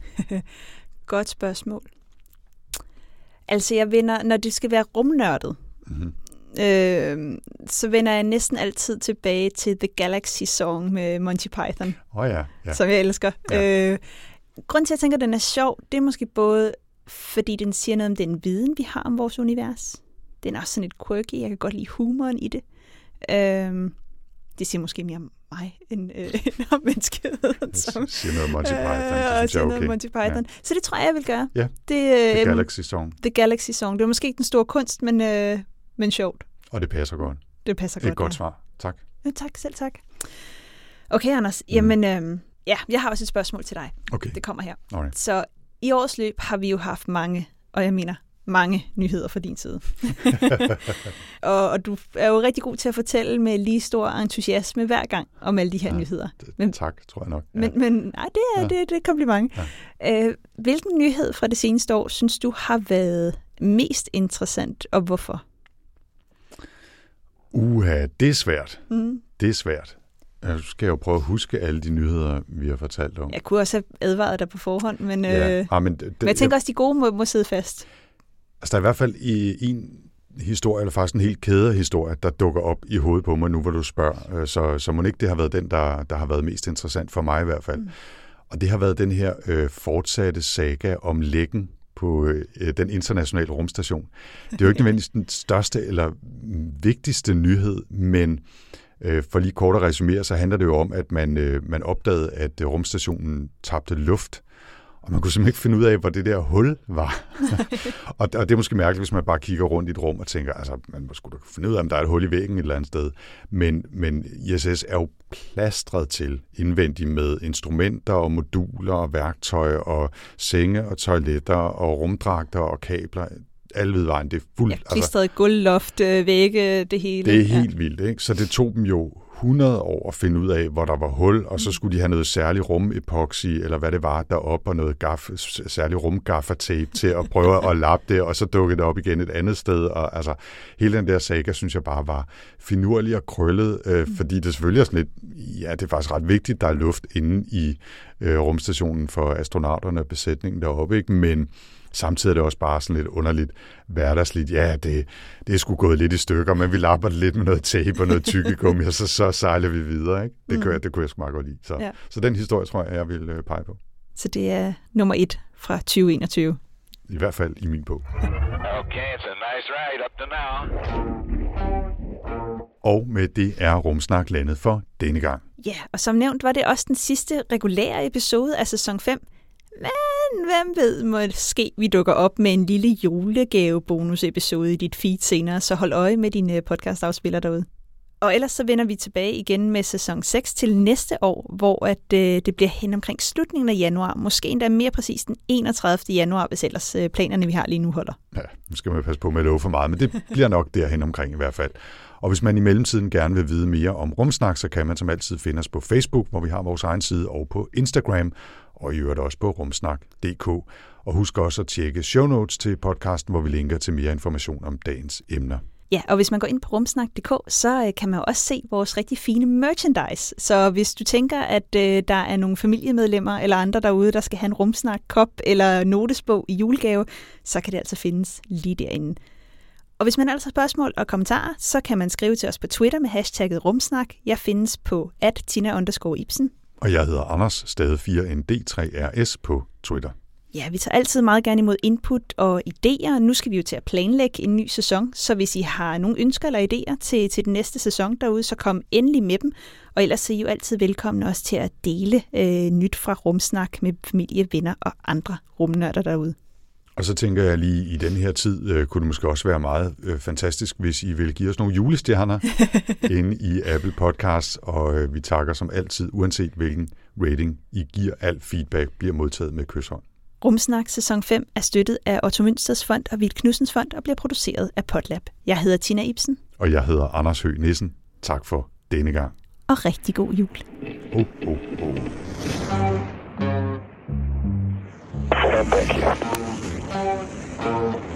Godt spørgsmål. Altså, jeg vender, når det skal være rumnørdet, så vender jeg næsten altid tilbage til The Galaxy Song med Monty Python, som jeg elsker. Ja. Grunden til, at jeg tænker, at den er sjov, det er måske både, fordi den siger noget om den viden, vi har om vores univers. Den er også sådan lidt quirky. Jeg kan godt lide humoren i det. Det siger måske mere om mig, end om menneskeheden. Det siger noget om Monty Python. Det synes jeg er okay. Monty Python. Ja. Så det tror jeg vil gøre. Ja, The Galaxy Song. The Galaxy Song. Det var måske ikke den store kunst, men sjovt. Og det passer godt. Det passer godt, et godt svar. Tak. Ja, tak, selv tak. Okay, Anders. Jamen, jeg har også et spørgsmål til dig. Okay. Det kommer her. Okay. Så i årets løb har vi jo haft mange, og jeg mener mange nyheder fra din side. og du er jo rigtig god til at fortælle med lige stor entusiasme hver gang om alle de her nyheder. Tak, tror jeg nok. Ja. Men nej, det er et kompliment. Ja. Hvilken nyhed fra det seneste år synes du har været mest interessant, og hvorfor? Det er svært. Det er svært. Jeg skal jo prøve at huske alle de nyheder, vi har fortalt om. Jeg kunne også have advaret dig på forhånd, men jeg tænker også, de gode må sidde fast. Altså, der er i hvert fald en historie, eller faktisk en helt kæde af historie, der dukker op i hovedet på mig nu, hvor du spørger. Så må ikke det har været den, der har været mest interessant for mig i hvert fald. Og det har været den her fortsatte saga om lækken på den internationale rumstation. Det er jo ikke nødvendigvis den største eller vigtigste nyhed, men for lige kort at resumere, så handler det jo om, at man opdagede, at rumstationen tabte luft. Og man kunne simpelthen ikke finde ud af, hvor det der hul var. og det er måske mærkeligt, hvis man bare kigger rundt i et rum og tænker, altså man må sgu da finde ud af, om der er et hul i væggen et eller andet sted. Men ISS er jo plastret til indvendigt med instrumenter og moduler og værktøj og senge og toiletter og rumdragter og kabler. Alle ved vejen, det er fuldt. Ja, klistret gulvloft, vægge, det hele. Det er helt vildt, ikke? Så det tog dem jo 100 år at finde ud af, hvor der var hul, og så skulle de have noget særlig rumepoxy, eller hvad det var, deroppe, og noget særlig rumgaffertape til at prøve at lappe det, og så dukkede det op igen et andet sted. Og altså, hele den der saga, synes jeg bare var finurlig og krøllet, fordi det selvfølgelig er sådan lidt, ja, det er faktisk ret vigtigt, der er luft inde i rumstationen for astronauterne og besætningen deroppe, ikke? Men samtidig er det også bare sådan lidt underligt hverdagsligt. Ja, det er sgu gået lidt i stykker, men vi lapper det lidt med noget tape og noget tykkegummi, og så sejler vi videre. Ikke? Det kunne jeg sgu meget godt lide. Så den historie tror jeg vil pege på. Så det er nummer 1 fra 2021. I hvert fald i min bog. Okay, it's a nice ride up to now. Og med det er Rumsnak landet for denne gang. Ja, og som nævnt var det også den sidste regulære episode af sæson 5. Men hvem ved, måske vi dukker op med en lille julegave-bonusepisode i dit feed senere, så hold øje med dine podcast-afspillere derude. Og ellers så vender vi tilbage igen med sæson 6 til næste år, hvor det bliver hen omkring slutningen af januar, måske endda mere præcis den 31. januar, hvis ellers planerne, vi har lige nu, holder. Ja, nu skal man passe på med at love for meget, men det bliver nok derhen omkring i hvert fald. Og hvis man i mellemtiden gerne vil vide mere om Rumsnak, så kan man som altid finde os på Facebook, hvor vi har vores egen side, og på Instagram, og i øvrigt også på rumsnak.dk. Og husk også at tjekke show notes til podcasten, hvor vi linker til mere information om dagens emner. Ja, og hvis man går ind på rumsnak.dk, så kan man jo også se vores rigtig fine merchandise. Så hvis du tænker, at der er nogle familiemedlemmer eller andre derude, der skal have en rumsnak-kop eller notesbog i julegave, så kan det altså findes lige derinde. Og hvis man altså har spørgsmål og kommentarer, så kan man skrive til os på Twitter med hashtagget rumsnak. Jeg findes på @tina_ibsen. Og jeg hedder Anders, stadig 4ND3RS på Twitter. Ja, vi tager altid meget gerne imod input og idéer. Nu skal vi jo til at planlægge en ny sæson, så hvis I har nogle ønsker eller idéer til den næste sæson derude, så kom endelig med dem. Og ellers så er I jo altid velkomne også til at dele nyt fra Rumsnak med familie, venner og andre rumnørder derude. Og så tænker jeg lige, i den her tid kunne det måske også være meget fantastisk, hvis I vil give os nogle julestjerner inde i Apple Podcasts, og vi takker som altid, uanset hvilken rating I giver, al feedback bliver modtaget med kyshånd. Rumsnak sæson 5 er støttet af Otto Münsters Fond og Vildt Knudsens Fond og bliver produceret af Podlab. Jeg hedder Tina Ibsen. Og jeg hedder Anders Høgh Nissen. Tak for denne gang. Og rigtig god jul. Thank you.